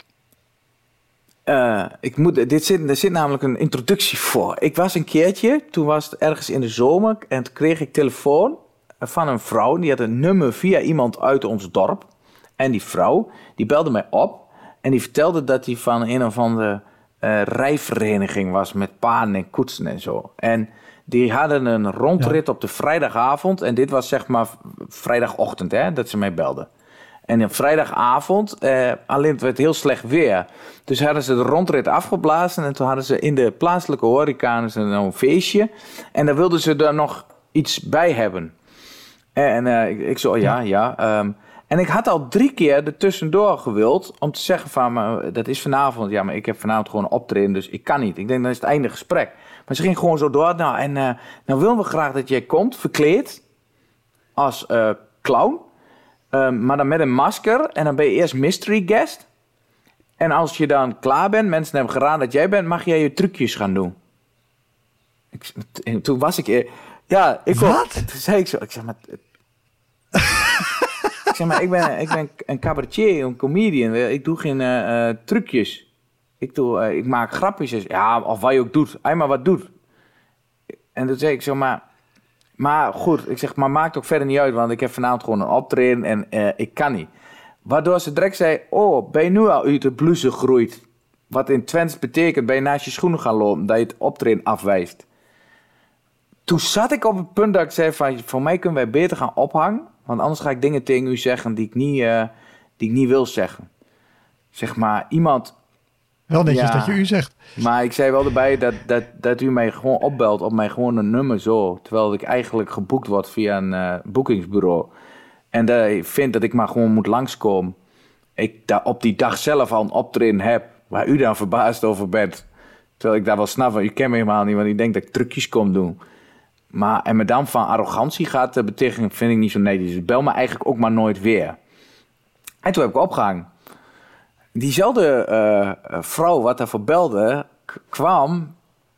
Uh, ik moet, dit zit, er zit namelijk een introductie voor. Ik was een keertje, toen was het ergens in de zomer... en toen kreeg ik telefoon van een vrouw. Die had een nummer via iemand uit ons dorp. En die vrouw, die belde mij op... en die vertelde dat hij van een of andere uh, rijvereniging was... met paarden en koetsen en zo. En die hadden een rondrit ja. op de vrijdagavond... en dit was zeg maar vrijdagochtend, hè, dat ze mij belden. En op vrijdagavond, eh, alleen het werd heel slecht weer. Dus hadden ze de rondrit afgeblazen. En toen hadden ze in de plaatselijke horeca een, een feestje. En daar wilden ze er nog iets bij hebben. En uh, ik, ik zo, ja, ja. Um, en ik had al drie keer er tussendoor gewild om te zeggen van, maar, dat is vanavond. Ja, maar ik heb vanavond gewoon een optreden, dus ik kan niet. Ik denk, dan is het einde gesprek. Maar ze ging gewoon zo door. Nou, en uh, nou willen we graag dat jij komt, verkleed als uh, clown. Um, maar dan met een masker. En dan ben je eerst mystery guest. En als je dan klaar bent, mensen hebben geraden dat jij bent, mag jij je trucjes gaan doen. Ik, en toen was ik... Ja, ik... Wat? Toen zei ik zo... Ik zeg maar... ik zeg maar, ik ben, ik ben een cabaretier, een comedian. Ik doe geen uh, uh, trucjes. Ik, doe, uh, ik maak grapjes. Ja, of wat je ook doet. Hij maar wat doet. En toen zei ik zo, maar... Maar goed, ik zeg, maar maakt ook verder niet uit, want ik heb vanavond gewoon een optreden en uh, ik kan niet. Waardoor ze direct zei, oh, ben je nu al uit de bluzen gegroeid? Wat in Twents betekent, ben je naast je schoenen gaan lopen, dat je het optreden afwijst. Toen zat ik op het punt dat ik zei van, voor mij kunnen wij beter gaan ophangen, want anders ga ik dingen tegen u zeggen die ik niet, uh, die ik niet wil zeggen. Zeg maar, iemand... Wel netjes ja, dat je u zegt. Maar ik zei wel erbij dat, dat, dat u mij gewoon opbelt op mijn gewone nummer zo. Terwijl ik eigenlijk geboekt word via een uh, boekingsbureau. En dat ik vind dat ik maar gewoon moet langskomen. Ik daar op die dag zelf al een optreden heb. Waar u dan verbaasd over bent. Terwijl ik daar wel snap van, u kent me helemaal niet. Want ik denk dat ik trucjes kom doen. Maar en me dan van arrogantie gaat uh, betekenen, vind ik niet zo netjes. Dus bel me eigenlijk ook maar nooit weer. En toen heb ik opgehangen. Diezelfde uh, vrouw wat daarvoor belde, k- kwam...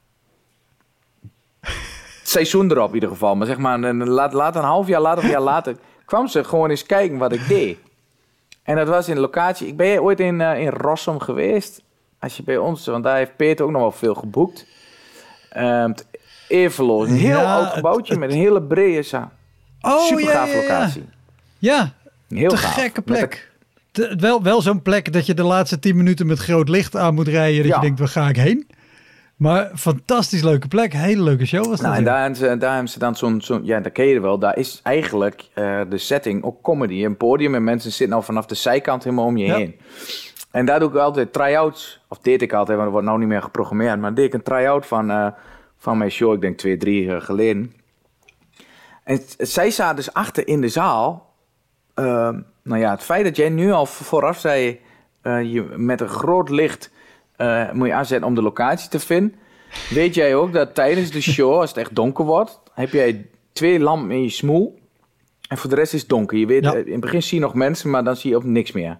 seizoen erop in ieder geval. Maar zeg maar, een, laat, laat een half jaar later of een jaar later... kwam ze gewoon eens kijken wat ik deed. En dat was in de locatie... Ik ben ooit in, uh, in Rossum geweest. Als je bij ons... Want daar heeft Peter ook nog wel veel geboekt. Um, Evenloos. Een heel ja, oud gebouwtje het, het... met een hele brede zaal. Oh, super gaaf ja, ja, ja. locatie. Ja, heel te gaaf. gekke plek. t- wel, wel zo'n plek dat je de laatste tien minuten met groot licht aan moet rijden. Dat ja. je denkt, waar ga ik heen? Maar fantastisch leuke plek. Hele leuke show was dat. Nou, en daar hebben, ze, daar hebben ze dan zo'n... zo'n ja, dat ken je wel. Daar is eigenlijk uh, de setting ook comedy. Een podium en mensen zitten al vanaf de zijkant helemaal om je ja. heen. En daar doe ik altijd try-outs. Of deed ik altijd, want er wordt nou niet meer geprogrammeerd. Maar deed ik een try-out van, uh, van mijn show. Ik denk twee, drie jaar geleden. En t- zij zaten dus achter in de zaal. Uh, nou ja, het feit dat jij nu al vooraf zei... Uh, je met een groot licht... Uh, moet je aanzetten om de locatie te vinden. Weet jij ook dat tijdens de show, als het echt donker wordt... heb jij twee lampen in je smoel. En voor de rest is het donker. Je weet, ja. In het begin zie je nog mensen, maar dan zie je ook niks meer.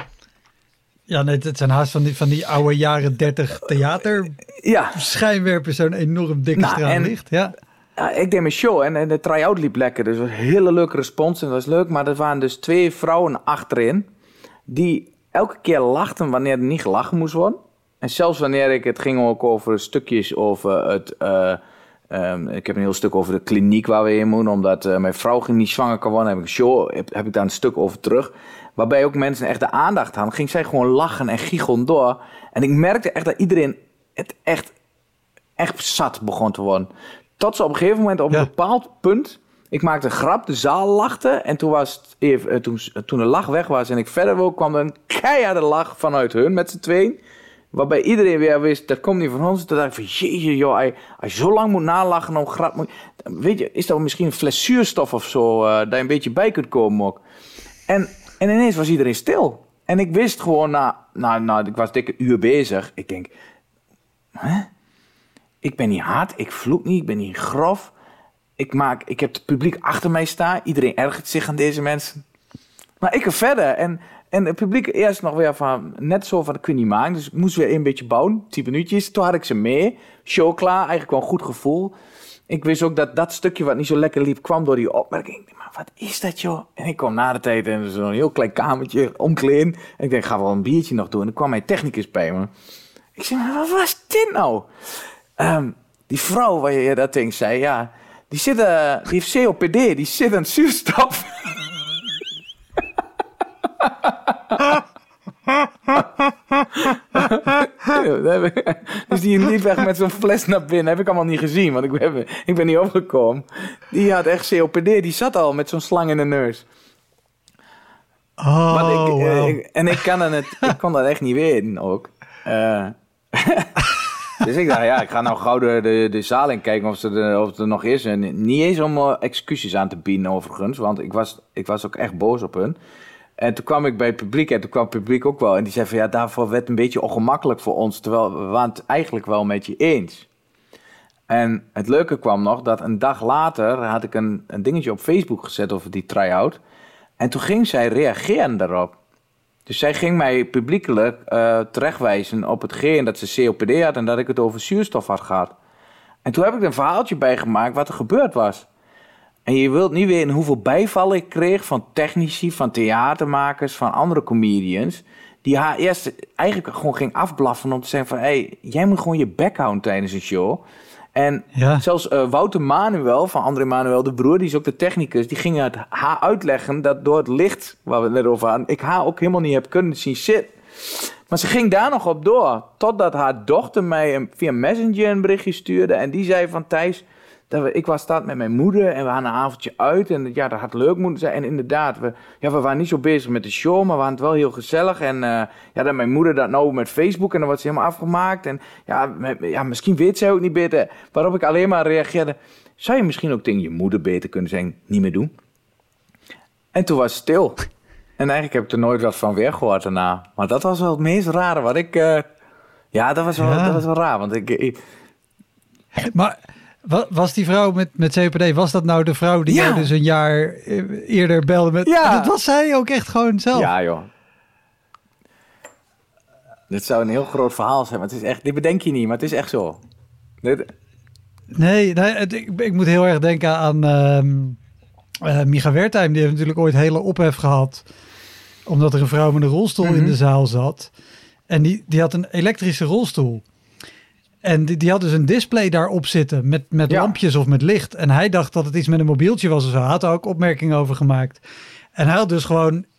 Ja, nee, het zijn haast van die, van die oude jaren dertig theater... Ja. Schijnwerpers, zo'n enorm dikke nou, straal licht. Ja. Ja, ik deed mijn show en, en de try-out liep lekker. Dus het was een hele leuke respons en dat was leuk. Maar er waren dus twee vrouwen achterin... die elke keer lachten wanneer er niet gelachen moest worden... En zelfs wanneer ik, het ging ook over stukjes over het, uh, um, ik heb een heel stuk over de kliniek waar we heen moeten, omdat uh, mijn vrouw niet zwanger kan worden, heb ik een show, heb, heb ik daar een stuk over terug. Waarbij ook mensen echt de aandacht hadden, ging zij gewoon lachen en giechelen door. En ik merkte echt dat iedereen het echt, echt zat begon te worden. Tot ze op een gegeven moment op een ja. bepaald punt, ik maakte een grap, de zaal lachte en toen was het even, uh, toen, uh, toen de lach weg was en ik verder wil, kwam er een keiharde lach vanuit hun met z'n tweeën. Waarbij iedereen weer wist, dat komt niet van ons. Toen dacht ik van, jeetje joh, als je zo lang moet nalachen om grap... Moet, weet je, is dat misschien een fles zuurstof of zo, uh, dat je een beetje bij kunt komen ook. En, en ineens was iedereen stil. En ik wist gewoon, na, na, na, ik was dikke uur bezig. Ik denk, hè? Ik ben niet hard, ik vloek niet, ik ben niet grof. Ik, maak, ik heb het publiek achter mij staan. Iedereen ergert zich aan deze mensen. Maar ik er verder en... En het publiek eerst nog weer van, net zo van, dat kun je niet maken. Dus ik moest weer een beetje bouwen, tien minuutjes. Toen had ik ze mee, show klaar, eigenlijk wel een goed gevoel. Ik wist ook dat dat stukje wat niet zo lekker liep, kwam door die opmerking. Maar wat is dat joh? En ik kwam na de tijd in zo'n heel klein kamertje, omkleden. En ik denk, ik ga wel een biertje nog doen. En dan kwam mijn technicus bij me. Ik zei, maar wat was dit nou? Um, die vrouw waar je dat ding zei, ja, die, zit, uh, die heeft C O P D, die zit aan zuurstof. Dus die liep weg met zo'n fles naar binnen. Heb ik allemaal niet gezien, want ik ben, ik ben niet opgekomen. Die had echt C O P D. Die zat al met zo'n slang in de neus. Oh, ik, wow. ik, En ik, kan het, ik kon dat echt niet weten ook. Uh, dus ik dacht, ja, ik ga nou gauw de, de, de zaal in kijken of, ze of het er nog is. En niet eens om uh, excuses aan te bieden overigens. Want ik was, ik was ook echt boos op hun. En toen kwam ik bij het publiek en toen kwam het publiek ook wel. En die zei van ja, daarvoor werd het een beetje ongemakkelijk voor ons. Terwijl we waren het eigenlijk wel met je eens. En het leuke kwam nog dat een dag later had ik een, een dingetje op Facebook gezet over die try-out. En toen ging zij reageren daarop. Dus zij ging mij publiekelijk uh, terechtwijzen op hetgeen dat ze C O P D had en dat ik het over zuurstof had gehad. En toen heb ik er een verhaaltje bij gemaakt wat er gebeurd was. En je wilt niet weten hoeveel bijval ik kreeg van technici, van theatermakers, van andere comedians. Die haar eerst eigenlijk gewoon ging afblaffen om te zeggen van... hé, hey, jij moet gewoon je bek houden tijdens een show. En ja. zelfs uh, Wouter Manuel, van André Manuel de broer, die is ook de technicus... die ging het haar uitleggen dat door het licht, waar we het net over hadden... ik haar ook helemaal niet heb kunnen zien zitten. Maar ze ging daar nog op door. Totdat haar dochter mij via Messenger een berichtje stuurde... en die zei van Thijs... Dat we, ik was staat met mijn moeder en we hadden een avondje uit. En ja, dat had leuk moeten zijn. En inderdaad, we, ja, we waren niet zo bezig met de show, maar we hadden het wel heel gezellig. En uh, ja, dan mijn moeder dat nou met Facebook en dan wordt ze helemaal afgemaakt. En ja, me, ja, misschien weet zij ook niet beter. Waarop ik alleen maar reageerde, zou je misschien ook tegen je moeder beter kunnen zeggen, niet meer doen? En toen was het stil. En eigenlijk heb ik er nooit wat van weer gehoord daarna. Maar dat was wel het meest rare wat ik... Uh, ja, dat was wel, ja. dat was wel raar, want ik... ik maar... Was die vrouw met, met C O P D, was dat nou de vrouw die ja. jou dus een jaar eerder belde met... Ja. Dat was zij ook echt gewoon zelf? Ja, joh. Dit zou een heel groot verhaal zijn, maar het is echt... Dit bedenk je niet, maar het is echt zo. Dit... Nee, nee het, ik, ik moet heel erg denken aan uh, uh, Micha Wertheim. Die heeft natuurlijk ooit hele ophef gehad. Omdat er een vrouw met een rolstoel mm-hmm. in de zaal zat. En die, die had een elektrische rolstoel. En die, die had dus een display daarop zitten met, met ja. lampjes of met licht. En hij dacht dat het iets met een mobieltje was. Dus hij had er ook opmerkingen over gemaakt. En hij had dus gewoon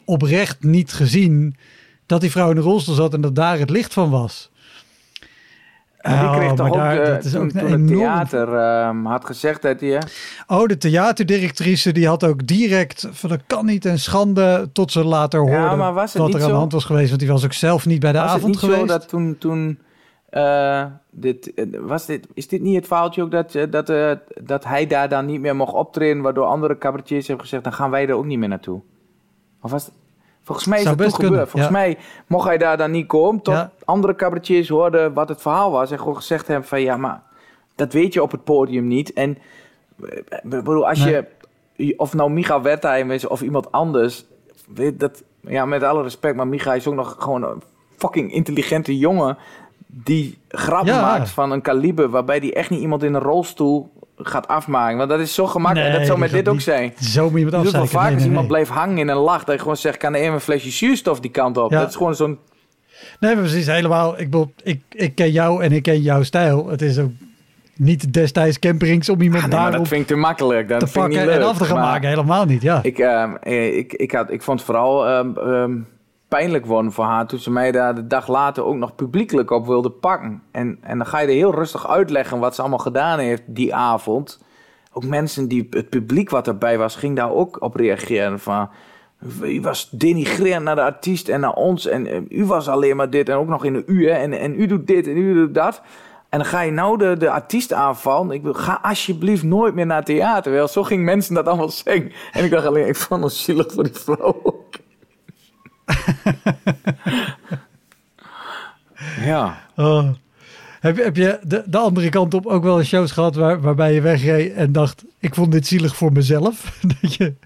oprecht niet gezien dat die vrouw in de rolstoel zat en dat daar het licht van was. En die kreeg oh, toch ook, daar, uh, toen, ook toen het theater uh, had gezegd dat hij... Oh, de theaterdirectrice die had ook direct van dat kan niet en schande tot ze later hoorde ja, maar was het wat er aan de hand was geweest. Want die was ook zelf niet bij de was avond geweest. Was het niet geweest? Zo dat toen... toen uh, dit, was dit, is dit niet het verhaaltje ook dat, dat, uh, dat hij daar dan niet meer mocht optreden, waardoor andere cabaretiers hebben gezegd, dan gaan wij er ook niet meer naartoe? Of was het... Volgens mij is dat toen gebeurd. Volgens ja. mij mocht hij daar dan niet komen. Tot ja. andere cabaretiers hoorden wat het verhaal was. En gewoon gezegd hebben van ja, maar dat weet je op het podium niet. En bedoel, als nee. je, of nou Micha Wertheim is of iemand anders. Weet dat, ja, met alle respect, maar Micha is ook nog gewoon een fucking intelligente jongen. Die grappen ja. maakt van een kaliber waarbij die echt niet iemand in een rolstoel gaat afmaken. Want dat is zo gemakkelijk. Nee, dat zou met dit ook zijn. Zo moet je het afzeiken. Wel vaak nee, als nee, iemand nee. blijft hangen in een lach, dat je gewoon zegt, kan er even een flesje zuurstof die kant op? Ja. Dat is gewoon zo'n... Nee, maar precies, helemaal. Ik, bedoel, ik, ik ken jou en ik ken jouw stijl. Het is ook niet destijds camperings om iemand ah, nee, daarop dat vind ik te makkelijk. Dat te vind pakken ik niet leuk, en af te gaan maar maken. Helemaal niet, ja. Ik, uh, ik, ik, had, ik vond het vooral um, um, pijnlijk worden voor haar toen ze mij daar de dag later ook nog publiekelijk op wilde pakken. En, en dan ga je er heel rustig uitleggen wat ze allemaal gedaan heeft die avond. Ook mensen die het publiek wat erbij was, ging daar ook op reageren van, u was denigrerend naar de artiest en naar ons en uh, u was alleen maar dit en ook nog in een u hè, en, en u doet dit en u doet dat. En dan ga je nou de, de artiest aanvallen. Ik wil, ga alsjeblieft nooit meer naar theater. Wel, zo gingen mensen dat allemaal zeggen. En ik dacht alleen, ik vond het zielig voor die vrouw ook. ja. Oh. Heb, heb je de, de andere kant op ook wel eens shows gehad waar, waarbij je wegreed en dacht, ik vond dit zielig voor mezelf? Dat je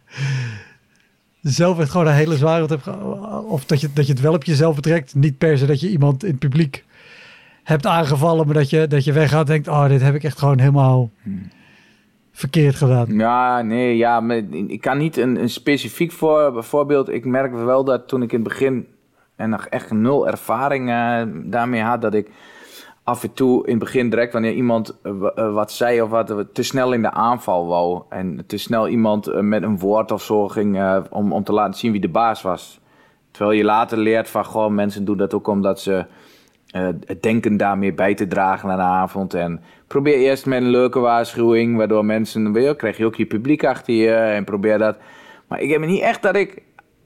zelf echt gewoon een hele zware hebt gehad. Of dat je, dat je het wel op jezelf betrekt. Niet per se dat je iemand in het publiek hebt aangevallen, maar dat je, dat je weggaat en denkt, oh, dit heb ik echt gewoon helemaal hmm. verkeerd gedaan. Ja, nee, ja, maar ik kan niet een, een specifiek voor, voorbeeld. Ik merkte wel dat toen ik in het begin en nog echt nul ervaring uh, daarmee had, dat ik af en toe in het begin direct, wanneer iemand uh, uh, wat zei of wat, uh, te snel in de aanval wou. En te snel iemand uh, met een woord of zo ging uh, om, om te laten zien wie de baas was. Terwijl je later leert van, goh, mensen doen dat ook omdat ze uh, het denken daarmee bij te dragen naar de avond. En probeer eerst met een leuke waarschuwing, waardoor mensen, weet je, krijg je ook je publiek achter je en probeer dat. Maar ik heb me niet echt dat ik...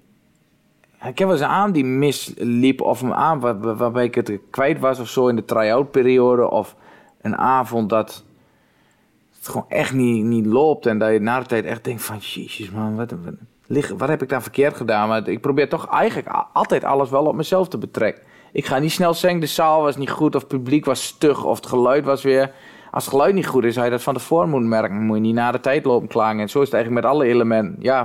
Ik heb wel eens een aan die misliep of een aan waar, waarbij ik het kwijt was of zo in de try-out periode. Of een avond dat het gewoon echt niet, niet loopt. En dat je na de tijd echt denkt van, jezus man, wat, wat, wat heb ik daar verkeerd gedaan? Maar ik probeer toch eigenlijk altijd alles wel op mezelf te betrekken. Ik ga niet snel zeggen, de zaal was niet goed of het publiek was stug of het geluid was weer... Als het geluid niet goed is, zou je dat van tevoren moeten merken. Moet je niet na de tijd lopen klagen. En zo is het eigenlijk met alle elementen, ja...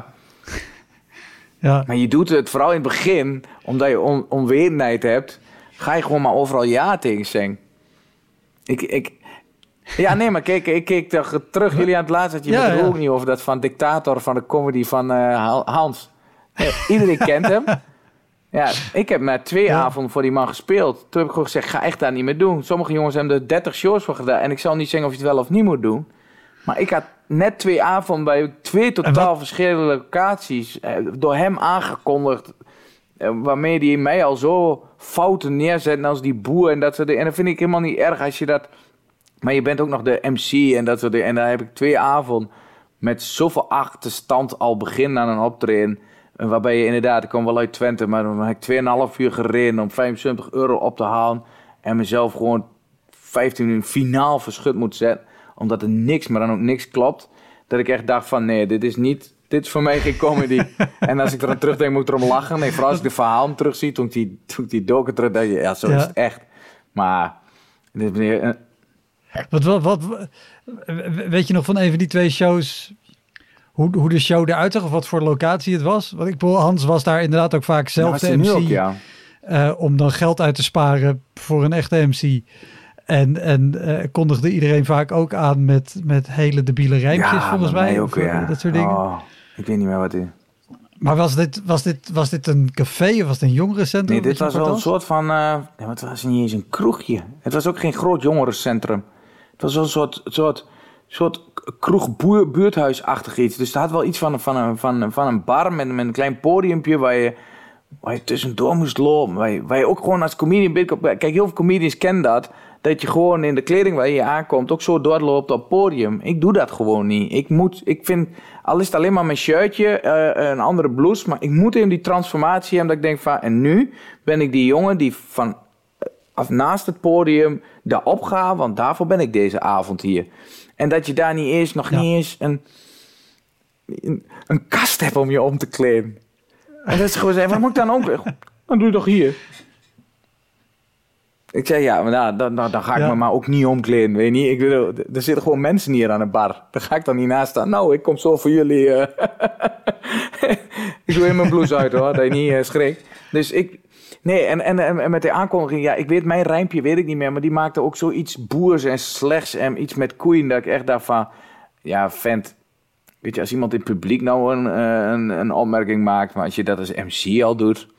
Ja. Maar je doet het vooral in het begin, omdat je on- onwetendheid hebt, ga je gewoon maar overal ja tegen zeggen. Ik, ik, ja, nee, maar kijk, ik keek toch terug, jullie aan het laatst, dat je ja, het ja. ook niet over dat van dictator van de comedy van uh, Hans. Ja, iedereen kent hem. Ja, ik heb maar twee ja. avonden voor die man gespeeld. Toen heb ik gewoon gezegd, ga echt daar niet meer doen. Sommige jongens hebben er dertig shows voor gedaan en ik zal niet zeggen of je het wel of niet moet doen. Maar ik had net twee avonden bij twee totaal verschillende locaties eh, door hem aangekondigd. Eh, waarmee hij mij al zo fouten neerzet als die boer en dat soort dingen. En dat vind ik helemaal niet erg als je dat... Maar je bent ook nog de M C en dat soort dingen. En daar heb ik twee avonden met zoveel achterstand al beginnen aan een optreden. En waarbij je inderdaad, ik kwam wel uit Twente, maar dan heb ik tweeënhalf uur gereden om vijfenzeventig euro op te halen. En mezelf gewoon vijftien minuten finaal verschut moet zetten. Omdat er niks, maar dan ook niks klopt. Dat ik echt dacht van, nee, dit is niet... Dit is voor mij geen comedy. En als ik er aan terugdenk, moet ik erom lachen. Nee, vooral als ik de verhaal terugzie, toen ik die, toen ik die doken terug dacht, ja, zo ja. is het echt. Maar... Dit meneer, uh... wat, wat, wat, weet je nog van een van die twee shows... Hoe, hoe de show eruit zag of wat voor locatie het was? Want ik bedoel, Hans was daar inderdaad ook vaak zelf de M C. Ook, ja. uh, om dan geld uit te sparen voor een echte M C... En, en uh, kondigde iedereen vaak ook aan met, met hele debiele rijmpjes, ja, volgens mij. mij ook, of, ja. Dat soort dingen. Oh, ik weet niet meer wat die... Maar was dit, was, dit, was dit een café of was het een jongerencentrum? Nee, dit was wel een soort van... Uh, nee, het was niet eens een kroegje. Het was ook geen groot jongerencentrum. Het was wel een soort, soort, soort kroeg buurthuisachtig iets. Dus het had wel iets van, van, een, van, van een bar met, met een klein podiumpje waar je, waar je tussendoor moest lopen. Waar je, waar je ook gewoon als comedian binnenkomt. Kijk, heel veel comedians kennen dat. Dat je gewoon in de kleding waar je aankomt ook zo doorloopt op het podium. Ik doe dat gewoon niet. Ik moet, ik vind, al is het alleen maar mijn shirtje, uh, een andere blouse, maar ik moet in die transformatie hebben dat ik denk van, en nu ben ik die jongen die van af naast het podium daarop gaat, want daarvoor ben ik deze avond hier. En dat je daar niet eens, nog ja. niet eens een, een, een kast hebt om je om te kleden. En dat is gewoon zeggen, wat moet ik dan omkleden? Dan doe je toch hier. Ik zei, ja, maar nou, dan, dan, dan ga ik ja. me maar ook niet omkleden, weet je niet. Ik bedoel, er zitten gewoon mensen hier aan de bar. Daar ga ik dan niet naast staan. Nou, ik kom zo voor jullie. Uh... ik doe in mijn blouse uit, hoor, dat je niet uh, schrikt. Dus ik... Nee, en, en, en met de aankondiging, ja, ik weet, mijn rijmpje weet ik niet meer, maar die maakte ook zoiets boers en slechts en iets met koeien, dat ik echt dacht van, ja, vent, weet je, als iemand in het publiek nou een, een, een opmerking maakt, maar als je dat als M C al doet,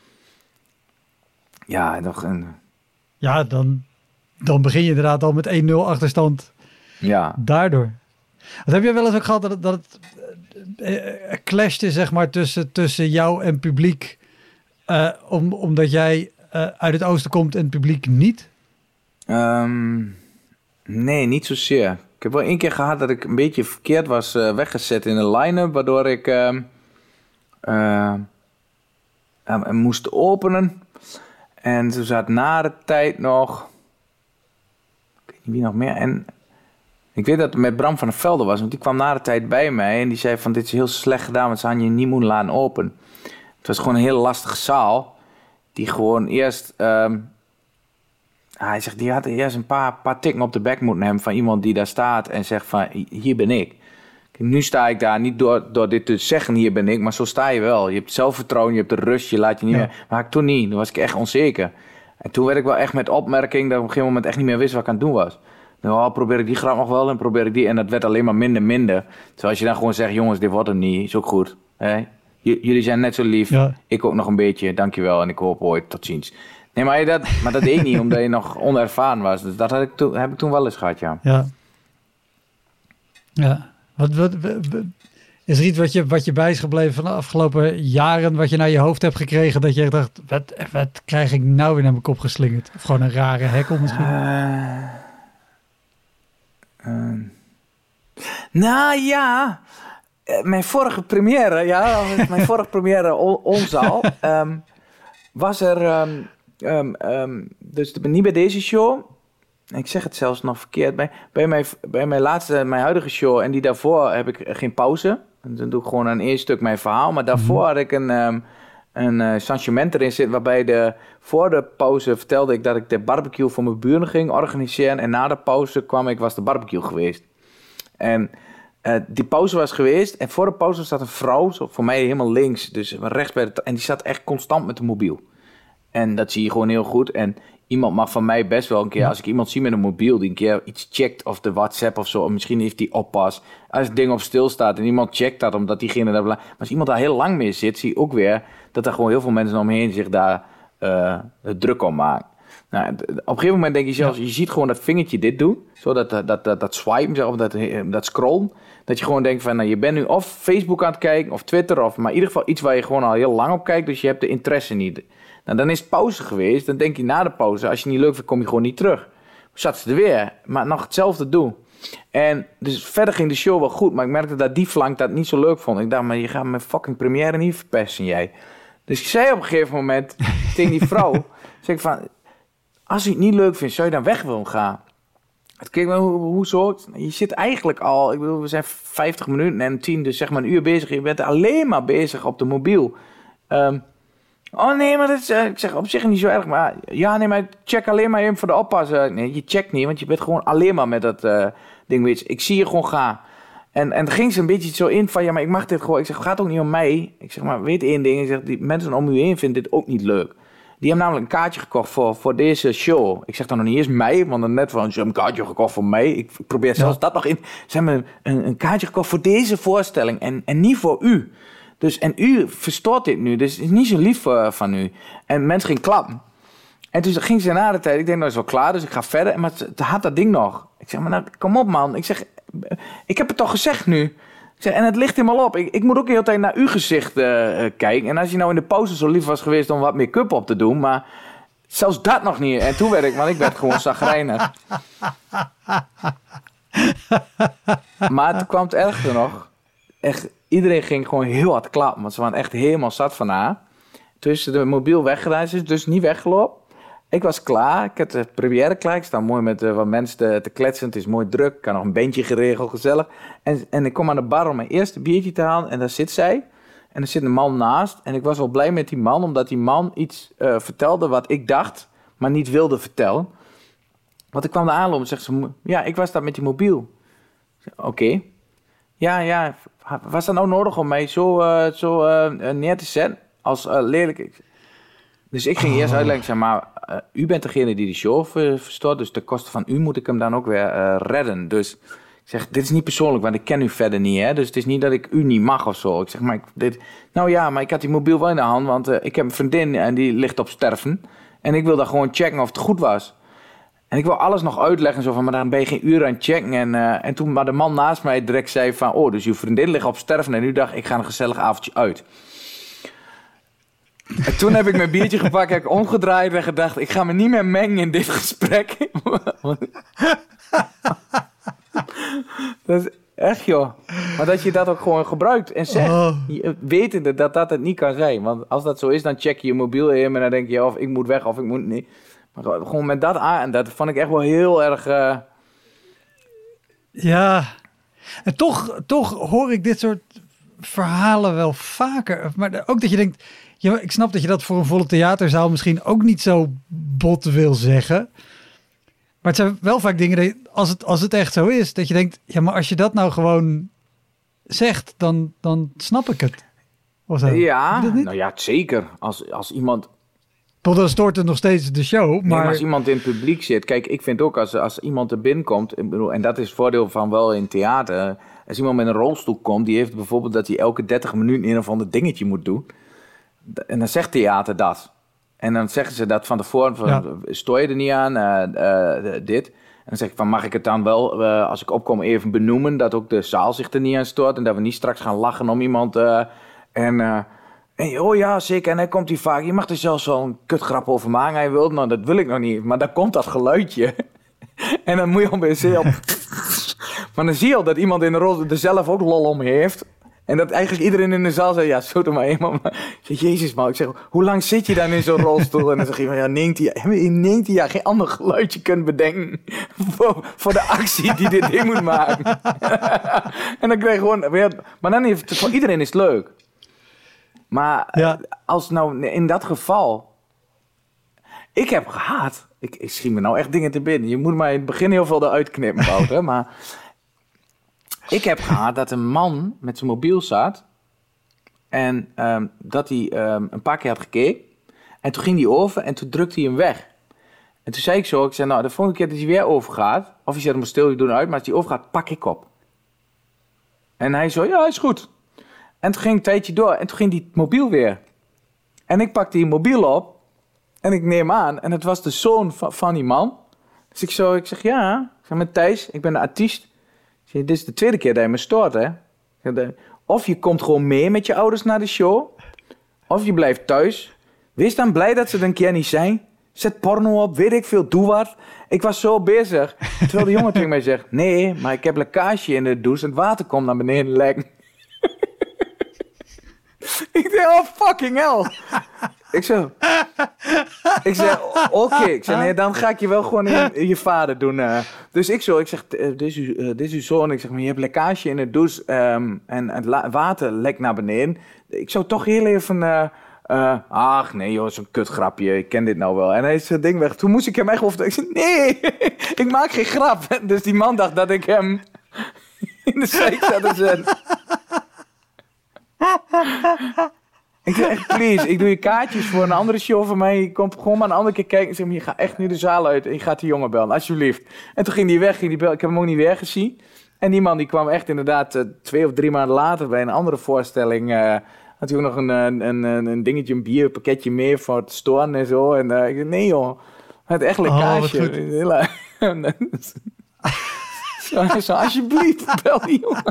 ja, nog een... Ja, dan, dan begin je inderdaad al met één nul achterstand. Ja. Daardoor. Wat heb je wel eens ook gehad dat, dat het uh, clashte, zeg maar, tussen, tussen jou en publiek, Uh, om, omdat jij uh, uit het oosten komt en het publiek niet? Um, nee, niet zozeer. Ik heb wel één keer gehad dat ik een beetje verkeerd was uh, weggezet in de line-up, waardoor ik uh, uh, uh, moest openen. En toen zat na de tijd nog... Ik weet niet wie nog meer. En ik weet dat het met Bram van der Velde was, want die kwam na de tijd bij mij en die zei van, dit is heel slecht gedaan, want ze hadden je niet moeten laten openen. Het was gewoon een heel lastige zaal. Die gewoon eerst... Um, hij zegt, die had eerst een paar, paar tikken op de bek moeten hebben van iemand die daar staat en zegt van, hier ben ik. Kijk, nu sta ik daar niet door, door dit te zeggen, hier ben ik, maar zo sta je wel. Je hebt zelfvertrouwen, je hebt de rust, je laat je niet ja. meer... Maar ik toen niet, toen was ik echt onzeker. En toen werd ik wel echt met opmerking dat ik op een gegeven moment echt niet meer wist wat ik aan het doen was. Nou, oh, probeer ik die grap nog wel en probeer ik die... En dat werd alleen maar minder, minder. Terwijl als je dan gewoon zegt, jongens, dit wordt hem niet, is ook goed. Hè? J- jullie zijn net zo lief. Ja. Ik ook nog een beetje. Dankjewel. En ik hoop ooit. Tot ziens. Nee, maar dat, maar dat deed je niet omdat je nog onervaren was. Dus dat had ik to- heb ik toen wel eens gehad, ja. Ja. Ja. Wat, wat, wat, is er iets wat je, wat je bij is gebleven van de afgelopen jaren, wat je naar je hoofd hebt gekregen, dat je dacht, wat, wat krijg ik nou weer naar mijn kop geslingerd? Of gewoon een rare hekkel misschien? Uh, uh, nou ja... Mijn vorige première, ja, mijn vorige première on, onzaal, um, was er, um, um, um, dus niet bij deze show, ik zeg het zelfs nog verkeerd, bij, bij, mijn, bij mijn laatste, mijn huidige show en die daarvoor heb ik geen pauze. En dan doe ik gewoon aan één stuk mijn verhaal, maar daarvoor mm-hmm. had ik een, um, een uh, changement erin zitten, waarbij de, voor de pauze vertelde ik dat ik de barbecue voor mijn buren ging organiseren en na de pauze kwam ik, was de barbecue geweest. En... Uh, die pauze was geweest en voor de pauze zat een vrouw, zo voor mij helemaal links, dus rechts bij de, en die zat echt constant met de mobiel. En dat zie je gewoon heel goed. En iemand mag van mij best wel een keer, als ik iemand zie met een mobiel die een keer iets checkt of de WhatsApp of zo, of misschien heeft die oppas. Als het ding op stil staat en iemand checkt dat omdat diegene daar, maar als iemand daar heel lang mee zit, zie je ook weer dat er gewoon heel veel mensen omheen zich daar uh, druk om maken. Nou, op een gegeven moment denk je zelfs, ja. je ziet gewoon dat vingertje dit doen, zo dat, dat, dat, dat swipen, of dat, dat scrollen, dat je gewoon denkt van, nou, je bent nu of Facebook aan het kijken, of Twitter, of maar in ieder geval iets waar je gewoon al heel lang op kijkt, dus je hebt de interesse niet. Nou, dan is het pauze geweest, dan denk je na de pauze, als je niet leuk vindt, kom je gewoon niet terug. Zat ze er weer, maar nog hetzelfde doen. En dus verder ging de show wel goed, maar ik merkte dat die flank dat niet zo leuk vond. Ik dacht, maar je gaat mijn fucking première niet verpesten, jij. Dus ik zei op een gegeven moment tegen die vrouw, zeg ik van, als je het niet leuk vindt, zou je dan weg willen gaan? Het keek me, ho- hoezo? Je zit eigenlijk al, ik bedoel, we zijn vijftig minuten en tien, dus zeg maar een uur bezig. Je bent alleen maar bezig op de mobiel. Um, oh nee, maar dat is, uh, ik zeg op zich niet zo erg, maar ja, nee, maar check alleen maar even voor de oppas. Uh, nee, je checkt niet, want je bent gewoon alleen maar met dat uh, ding, weet je. Ik zie je gewoon gaan. En, en dan ging ze een beetje zo in van, ja, maar ik mag dit gewoon. Ik zeg, het gaat ook niet om mij. Ik zeg, maar weet één ding, ik zeg, die mensen om u heen vinden dit ook niet leuk. Die hebben namelijk een kaartje gekocht voor, voor deze show. Ik zeg dan nog niet eens mij, want dan net van, ze hebben een kaartje gekocht voor mij. Ik probeer zelfs ja. dat nog in. Ze hebben een, een kaartje gekocht voor deze voorstelling en, en niet voor u. Dus, en u verstoort dit nu, dus het is niet zo lief uh, van u. En mensen gingen klappen. En toen ging ze na de tijd, ik denk, nou is wel klaar, dus ik ga verder. Maar ze had dat ding nog. Ik zeg, maar nou, kom op man. Ik zeg, ik heb het toch gezegd nu. Ik zeg, en het ligt helemaal op. Ik, ik moet ook de hele tijd naar uw gezicht uh, kijken. En als je nou in de pauze zo lief was geweest om wat meer make-up op te doen. Maar zelfs dat nog niet. En toen werd ik, want ik werd gewoon chagrijnig. Maar toen kwam het erger nog. Echt, iedereen ging gewoon heel hard klappen. Want ze waren echt helemaal zat van haar. Toen is ze de mobiel weggedaan. Ze is dus niet weggelopen. Ik was klaar. Ik had de première klaar. Ik sta mooi met uh, wat mensen te, te kletsen. Het is mooi druk. Ik had nog een bandje geregeld, gezellig. En, en ik kom aan de bar om mijn eerste biertje te halen. En daar zit zij. En er zit een man naast. En ik was wel blij met die man. Omdat die man iets uh, vertelde wat ik dacht. Maar niet wilde vertellen. Want ik kwam daar aanlopen en zegt ze... Ja, ik was daar met die mobiel. Oké. Okay. Ja, ja. Was dat nou nodig om mij zo, uh, zo uh, neer te zetten? Als uh, lelijk... Dus ik ging oh. eerst uitleggen, zeg maar, uh, u bent degene die de show ver- verstoort, dus ten koste van u moet ik hem dan ook weer uh, redden. Dus ik zeg, dit is niet persoonlijk, want ik ken u verder niet, hè. Dus het is niet dat ik u niet mag of zo. Ik zeg, maar ik, dit, nou ja, maar ik had die mobiel wel in de hand, want uh, ik heb een vriendin en die ligt op sterven. En ik wil dan gewoon checken of het goed was. En ik wil alles nog uitleggen, zo van, maar dan ben je geen uur aan het checken. En, uh, en toen maar de man naast mij direct zei van, oh, dus uw vriendin ligt op sterven. En nu dacht ik, ik ga een gezellig avondje uit. En toen heb ik mijn biertje gepakt, heb ik omgedraaid en gedacht... ik ga me niet meer mengen in dit gesprek. Dat is echt, joh. Maar dat je dat ook gewoon gebruikt en zegt... Oh. wetende dat dat het niet kan zijn. Want als dat zo is, dan check je je mobiel in... en dan denk je of ik moet weg of ik moet niet. Maar gewoon met dat aan, en dat vond ik echt wel heel erg... Uh... Ja, en toch, toch hoor ik dit soort verhalen wel vaker. Maar ook dat je denkt... Ja, ik snap dat je dat voor een volle theaterzaal misschien ook niet zo bot wil zeggen. Maar het zijn wel vaak dingen, dat je, als, het, als het echt zo is, dat je denkt... Ja, maar als je dat nou gewoon zegt, dan, dan snap ik het. Of zo. Ja, nou ja, zeker. Als, als iemand... Tot dan stoort het nog steeds de show. Maar... Nee, maar als iemand in het publiek zit... Kijk, ik vind ook als, als iemand er binnenkomt... En dat is het voordeel van wel in theater... Als iemand met een rolstoel komt... Die heeft bijvoorbeeld dat hij elke dertig minuten een of ander dingetje moet doen... En dan zegt theater dat. En dan zeggen ze dat van tevoren, van, ja. stoor je er niet aan, uh, uh, dit. En dan zeg ik van, mag ik het dan wel, uh, als ik opkom, even benoemen... dat ook de zaal zich er niet aan stoort... en dat we niet straks gaan lachen om iemand... Uh, en, uh, en oh ja, zeker, en dan komt hij vaak... je mag er zelfs wel een kutgrap over maken, hij wil. Nou, dat wil ik nog niet, maar dan komt dat geluidje. En dan moet je op een zeel... Maar dan zie je al dat iemand in de rol er zelf ook lol om heeft... En dat eigenlijk iedereen in de zaal zei, ja, zo doe maar eenmaal. Ik zeg, jezus man, ik zeg, hoe lang zit je dan in zo'n rolstoel? En dan zeg je, ja, negentien jaar. Heb je in negentien jaar geen ander geluidje kunnen bedenken voor, voor de actie die dit ding moet maken? En dan krijg je gewoon, maar dan heeft het, voor iedereen is het leuk. Maar ja. Als nou in dat geval, ik heb gehaat, ik, ik schiet me nou echt dingen te binnen. Je moet maar in het begin heel veel eruit knippen, Wouter, maar... Ik heb gehad dat een man met zijn mobiel zat... en um, dat hij um, een paar keer had gekeken... en toen ging hij over en toen drukte hij hem weg. En toen zei ik zo, ik zei, nou, de volgende keer dat hij weer overgaat... of je zet hem stil, je doet hem uit, maar als hij overgaat, pak ik op. En hij zo, ja, is goed. En toen ging een tijdje door en toen ging die mobiel weer. En ik pakte die mobiel op en ik neem aan... en het was de zoon van, van die man. Dus ik zo, ik zeg, ja, ik zeg, met Thijs, ik ben een artiest... Dit is de tweede keer dat je me stoort, hè? Of je komt gewoon mee met je ouders naar de show... of je blijft thuis. Wees dan blij dat ze er een keer niet zijn. Zet porno op, weet ik veel, doe wat. Ik was zo bezig. Terwijl de jongen tegen mij zegt... nee, maar ik heb lekkage in de douche... en het water komt naar beneden lekken. Ik denk, oh fucking hell. Ik zo... Ik zeg, oké. Okay. Ik zeg, nee, dan ga ik je wel gewoon in, in je vader doen. Uh. Dus ik zo, ik zeg, dit is, uw, uh, dit is uw zoon. Ik zeg, maar je hebt lekkage in de douche um, en het la- water lekt naar beneden. Ik zou toch heel even... Uh, uh, ach, nee joh, zo'n kutgrapje. Ik ken dit nou wel. En hij is het ding weg. Toen moest ik hem echt over... Ik zeg, nee, ik maak geen grap. Dus die man dacht dat ik hem in de zeik zat te zetten. Ik zeg echt, please, ik doe je kaartjes voor een andere show van mij. Je komt gewoon maar een andere keer kijken. Ik zeg, maar je gaat echt nu de zaal uit en je gaat die jongen bellen, alsjeblieft. En toen ging die weg, ging die bellen. Ik heb hem ook niet weer gezien. En die man die kwam echt inderdaad uh, twee of drie maanden later bij een andere voorstelling. Uh, had hij ook nog een, een, een, een dingetje, een bier, een pakketje mee voor het storen en zo. En uh, ik zei, nee joh, het echt lekkage. Oh, Zo, zo, alsjeblieft, bel die jongen.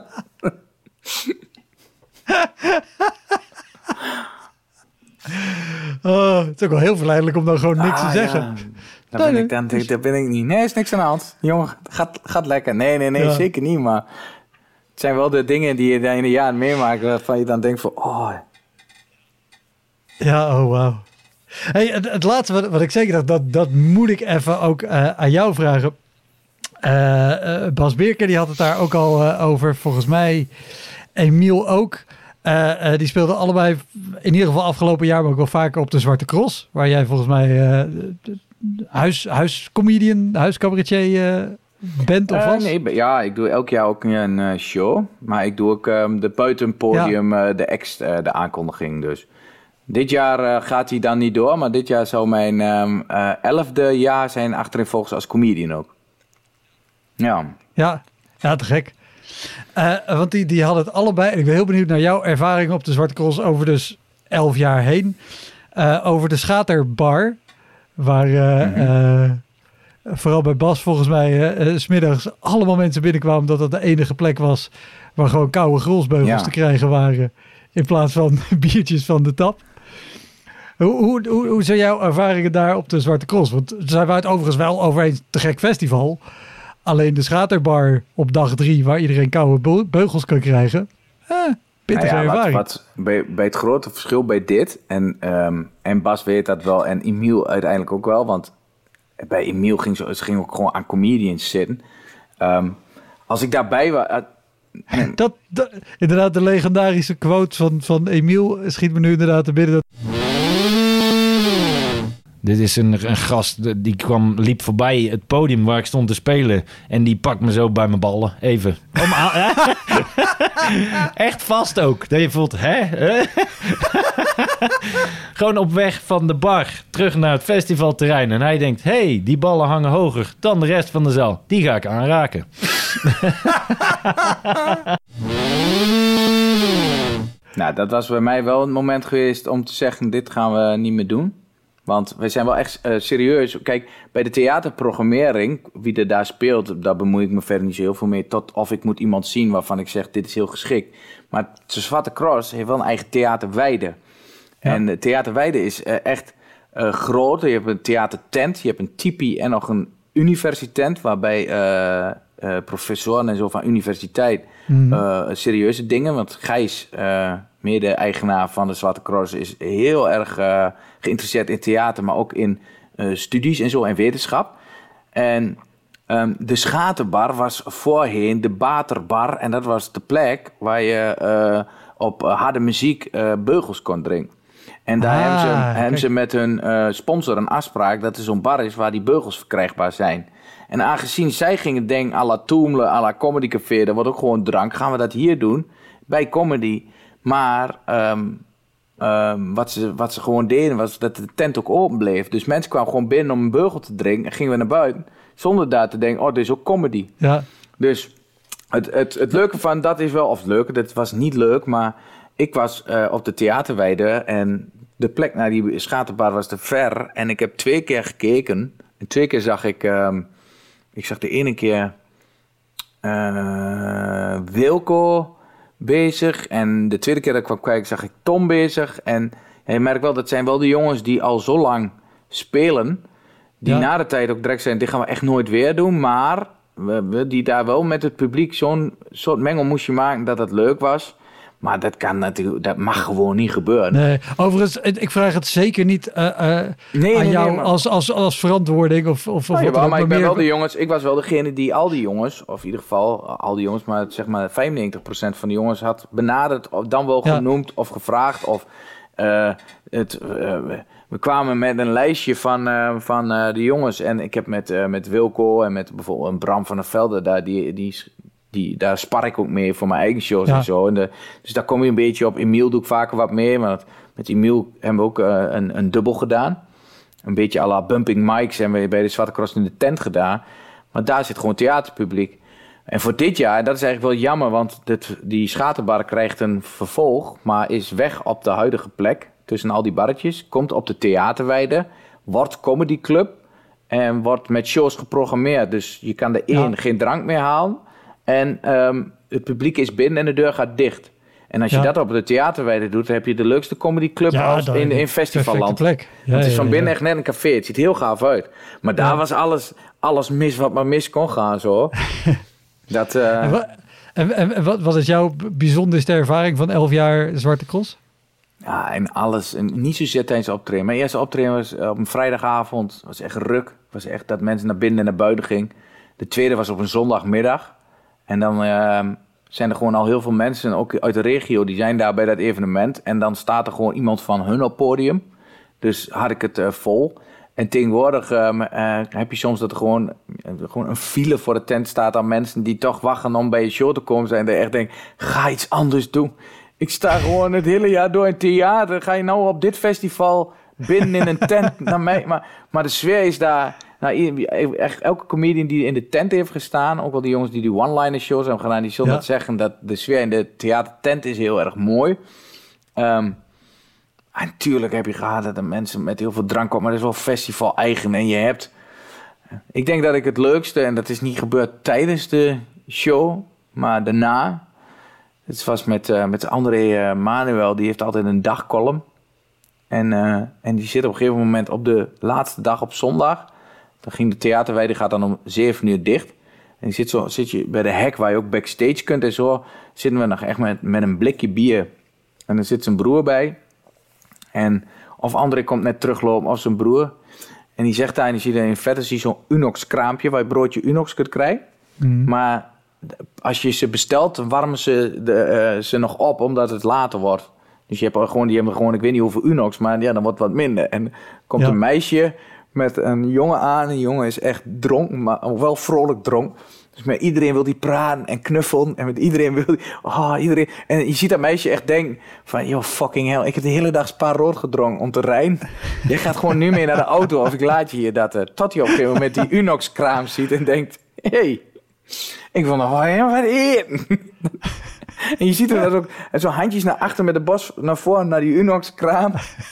Oh, het is ook wel heel verleidelijk om dan gewoon niks ah, te zeggen. Ja. Daar, ben nee, ik dan, daar ben ik niet. Nee, is niks aan de hand. Jongen, gaat, gaat lekker. Nee, nee, nee, ja. zeker niet. Maar het zijn wel de dingen die je in een jaar meemaakt... waarvan je dan denkt van... Oh. Ja, oh wauw. Hey, het, het laatste wat, wat ik zeker dacht... dat, dat moet ik even ook uh, aan jou vragen. Uh, uh, Bas Beerker, die had het daar ook al uh, over. Volgens mij Emiel ook... Uh, uh, die speelden allebei in ieder geval afgelopen jaar... maar ook wel vaker op de Zwarte Cross... waar jij volgens mij uh, huis, huiscomedian, huiscabaretier uh, bent of was? Uh, nee, ja, ik doe elk jaar ook een uh, show. Maar ik doe ook um, de buitenpodium, ja. uh, de ex, uh, de aankondiging dus. Dit jaar uh, gaat hij dan niet door... maar dit jaar zou mijn um, uh, elfde jaar zijn achtereenvolgens als comedian ook. Ja. Ja, ja te gek. Uh, want die, die hadden het allebei. En ik ben heel benieuwd naar jouw ervaring op de Zwarte Cross over dus elf jaar heen. Uh, over de Schaterbar. Waar uh, mm-hmm. uh, vooral bij Bas volgens mij uh, uh, 's middags allemaal mensen binnenkwamen. Dat dat de enige plek was waar gewoon koude grolsbeugels ja. te krijgen waren. In plaats van biertjes van de tap. Hoe, hoe, hoe, hoe zijn jouw ervaringen daar op de Zwarte Cross? Want zijn wij het overigens wel over een te gek festival... Alleen de Schaterbar op dag drie, waar iedereen koude beugels kan krijgen. Eh, pittige nou ja, ervaring. Wat, wat, bij, bij het grote verschil bij dit, en, um, en Bas weet dat wel, en Emiel uiteindelijk ook wel, want bij Emiel ging ze ging ook gewoon aan comedians zitten. Um, als ik daarbij was... Uh, dat, dat, inderdaad, de legendarische quote van, van Emiel schiet me nu inderdaad te binnen. Dat... Dit is een, een gast die kwam, liep voorbij het podium waar ik stond te spelen. En die pakt me zo bij mijn ballen. Even. Om aan, echt vast ook. Dat je voelt, hè? Gewoon op weg van de bar terug naar het festivalterrein. En hij denkt, hé, hey, die ballen hangen hoger dan de rest van de zaal. Die ga ik aanraken. Nou, dat was bij mij wel een moment geweest om te zeggen, dit gaan we niet meer doen. Want we zijn wel echt uh, serieus. Kijk, bij de theaterprogrammering, wie er daar speelt, daar bemoei ik me verder niet zo heel veel mee. Tot of ik moet iemand zien waarvan ik zeg, dit is heel geschikt. Maar de Zwarte Cross heeft wel een eigen theaterweide. Ja. En de theaterweide is uh, echt uh, groot. Je hebt een theatertent, je hebt een tipi en nog een universiteit, waarbij uh, uh, professoren en zo van universiteit mm. uh, serieuze dingen. Want Gijs, uh, mede-eigenaar van de Zwarte Cross, is heel erg uh, geïnteresseerd in theater, maar ook in uh, studies en zo en wetenschap. En um, de Schaterbar was voorheen de Baterbar en dat was de plek waar je uh, op harde muziek uh, beugels kon drinken. En daar ah, hebben, ze, okay. hebben ze met hun uh, sponsor een afspraak dat er zo'n bar is waar die beugels verkrijgbaar zijn. En aangezien zij gingen denken à la Toemle, à la Comedy Café, dat wordt ook gewoon drank, gaan we dat hier doen bij comedy. Maar um, um, wat, ze, wat ze gewoon deden was dat de tent ook open bleef. Dus mensen kwamen gewoon binnen om een beugel te drinken en gingen we naar buiten. Zonder daar te denken, oh, dit is ook comedy. Ja. Dus het, het, het leuke van dat is wel, of het leuke, dat was niet leuk, maar ik was uh, op de theaterweide en de plek naar die Schaterbar was te ver. En ik heb twee keer gekeken. En twee keer zag ik, um, ik zag de ene keer uh, Wilco bezig. En de tweede keer dat ik kwam kijken zag ik Tom bezig. En je merkt wel, dat zijn wel de jongens die al zo lang spelen. Die ja. na de tijd ook direct zijn, dit gaan we echt nooit weer doen. Maar we, we, die daar wel met het publiek zo'n soort mengel moest je maken dat het leuk was. Maar dat kan natuurlijk, dat mag gewoon niet gebeuren. Nee, overigens, ik vraag het zeker niet uh, uh, nee, aan nee, jou nee, maar... als, als, als verantwoording. Of, of, nou, of jawel, wat maar ik ben meer... wel de jongens, ik was wel degene die al die jongens, of in ieder geval al die jongens, maar zeg maar vijfennegentig procent van de jongens had benaderd, of dan wel genoemd ja. of gevraagd. Of uh, het, uh, we kwamen met een lijstje van, uh, van uh, de jongens. En ik heb met, uh, met Wilco en met bijvoorbeeld een Bram van der Velde daar, die, die Die, daar spar ik ook mee voor mijn eigen shows ja. en zo. En de, dus daar kom je een beetje op. Emiel doe ik vaker wat mee. Maar met Emiel hebben we ook uh, een, een dubbel gedaan. Een beetje à la Bumping Mics hebben we bij de Zwarte Cross in de tent gedaan. Maar daar zit gewoon theaterpubliek. En voor dit jaar, dat is eigenlijk wel jammer. Want dit, die Schaterbar krijgt een vervolg. Maar is weg op de huidige plek. Tussen al die barretjes. Komt op de theaterweide. Wordt comedyclub. En wordt met shows geprogrammeerd. Dus je kan er één ja. geen drank meer halen. En um, het publiek is binnen en de deur gaat dicht. En als je ja. dat op de theaterweide doet, dan heb je de leukste comedyclub ja, als in, in festivalland. Plek. Ja, het is van ja, binnen ja. echt net een café. Het ziet heel gaaf uit. Maar daar ja. was alles, alles mis wat maar mis kon gaan. Zo. dat, uh... en, wat, en, en wat, wat is jouw bijzonderste ervaring van elf jaar Zwarte Cross? Ja, en alles. En niet zozeer tijdens optreden. Mijn eerste optreden was op een vrijdagavond. was echt ruk. was echt dat mensen naar binnen en naar buiten gingen. De tweede was op een zondagmiddag. En dan... Uh, zijn er gewoon al heel veel mensen, ook uit de regio, die zijn daar bij dat evenement. En dan staat er gewoon iemand van hun op podium. Dus had ik het uh, vol. En tegenwoordig uh, uh, heb je soms dat er gewoon, uh, gewoon een file voor de tent staat aan mensen die toch wachten om bij je show te komen zijn. En echt denken, ga iets anders doen. Ik sta gewoon het hele jaar door in theater. Ga je nou op dit festival binnen in een tent naar mij? Maar, maar de sfeer is daar... Nou, echt elke comedian die in de tent heeft gestaan, ook wel die jongens die die one-liner shows hebben gedaan, die zullen ja. dat zeggen, dat de sfeer in de theatertent is heel erg mooi. Um, en natuurlijk heb je gehad dat er mensen met heel veel drank komen, maar dat is wel festival eigen. En je hebt, ik denk dat ik het leukste, en dat is niet gebeurd tijdens de show, maar daarna, het was met, uh, met André uh, Manuel, die heeft altijd een dagcolumn. En, uh, en die zit op een gegeven moment op de laatste dag op zondag. Dan ging de theaterweide, gaat dan om zeven uur dicht. En je zit, zo, zit je bij de hek waar je ook backstage kunt en zo. Zitten we nog echt met, met een blikje bier. En dan zit zijn broer bij. En of André komt net teruglopen of zijn broer. En die zegt daar, en die ziet in verder zie je zo'n Unox kraampje waar je broodje Unox kunt krijgen. Mm. Maar als je ze bestelt, dan warmen ze de, uh, ze nog op omdat het later wordt. Dus je hebt gewoon, die hebben gewoon, ik weet niet hoeveel Unox, maar ja, dan wordt het wat minder. En komt ja. een meisje met een jongen aan. Een jongen is echt dronken, maar wel vrolijk dronken. Dus met iedereen wil die praten en knuffelen. En met iedereen wil die... Oh, iedereen... En je ziet dat meisje echt denken van... Yo, fucking hell, ik heb de hele dag Spa rood gedronken om te rijden. Je gaat gewoon nu mee naar de auto of ik laat je hier dat... Uh, tot je op een gegeven moment die Unox-kraam ziet en denkt... Hé, hey, ik vond nog wel wat eten. En je ziet hem dat ook... Zo handjes naar achter met de bos naar voren naar die Unox-kraam.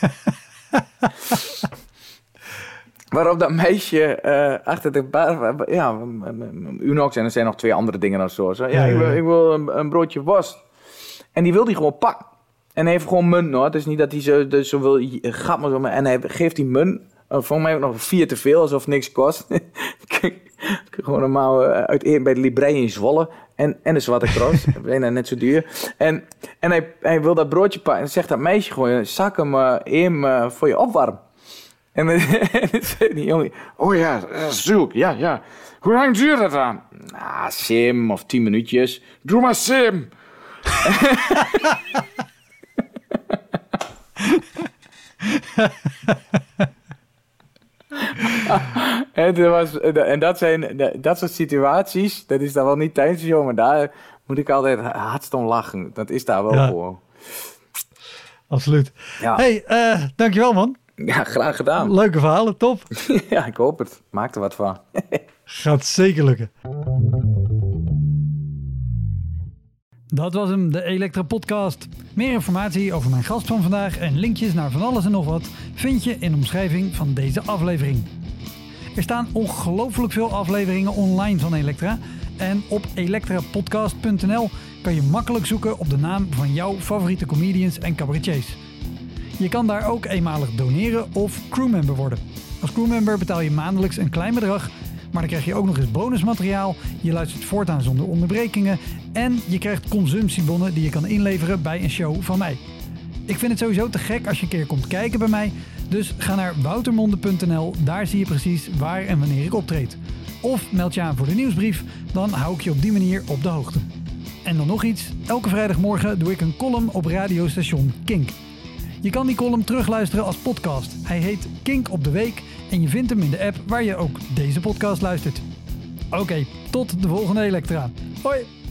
Waarop dat meisje uh, achter de bar... Ja, Unox en er zijn nog twee andere dingen of zo. zo ja, ik wil, ik wil een, een broodje worst. En die wil die gewoon pakken. En hij heeft gewoon munt, hoor. Het is niet dat hij zo, dus zo wil... Gat maar zo, maar, en hij geeft die munt... Uh, volgens mij ook nog vier te veel, alsof niks kost. Gewoon normaal uh, uit eten bij de Librei in Zwolle. En, en de Zwarte Cross. Bijna net zo duur. En, en hij, hij wil dat broodje pakken. En zegt dat meisje gewoon... Zak hem uh, hem uh, voor je opwarm. En dan zei die jongen... Oh ja, zoek. Ja, ja. Hoe lang duurt dat dan? Ah, sim of tien minuutjes. Doe maar sim. en, was, en dat zijn dat soort situaties, dat is dan wel niet tijdens de show, maar daar moet ik altijd hartstikke om lachen. Dat is daar wel ja. voor. Absoluut. Ja. Hey, uh, dankjewel man. Ja, graag gedaan. Leuke verhalen, top. Ja, ik hoop het. Maak er wat van. Gaat zeker lukken. Dat was hem, de Elektra Podcast. Meer informatie over mijn gast van vandaag en linkjes naar van alles en nog wat vind je in de omschrijving van deze aflevering. Er staan ongelooflijk veel afleveringen online van Elektra en op elektra podcast punt n l kan je makkelijk zoeken op de naam van jouw favoriete comedians en cabaretiers. Je kan daar ook eenmalig doneren of crewmember worden. Als crewmember betaal je maandelijks een klein bedrag, maar dan krijg je ook nog eens bonusmateriaal, je luistert voortaan zonder onderbrekingen en je krijgt consumptiebonnen die je kan inleveren bij een show van mij. Ik vind het sowieso te gek als je een keer komt kijken bij mij, dus ga naar woutermonde punt n l, daar zie je precies waar en wanneer ik optreed. Of meld je aan voor de nieuwsbrief, dan hou ik je op die manier op de hoogte. En dan nog iets, elke vrijdagmorgen doe ik een column op radiostation Kink. Je kan die column terugluisteren als podcast. Hij heet Kink op de Week en je vindt hem in de app waar je ook deze podcast luistert. Oké, okay, tot de volgende Elektra. Hoi!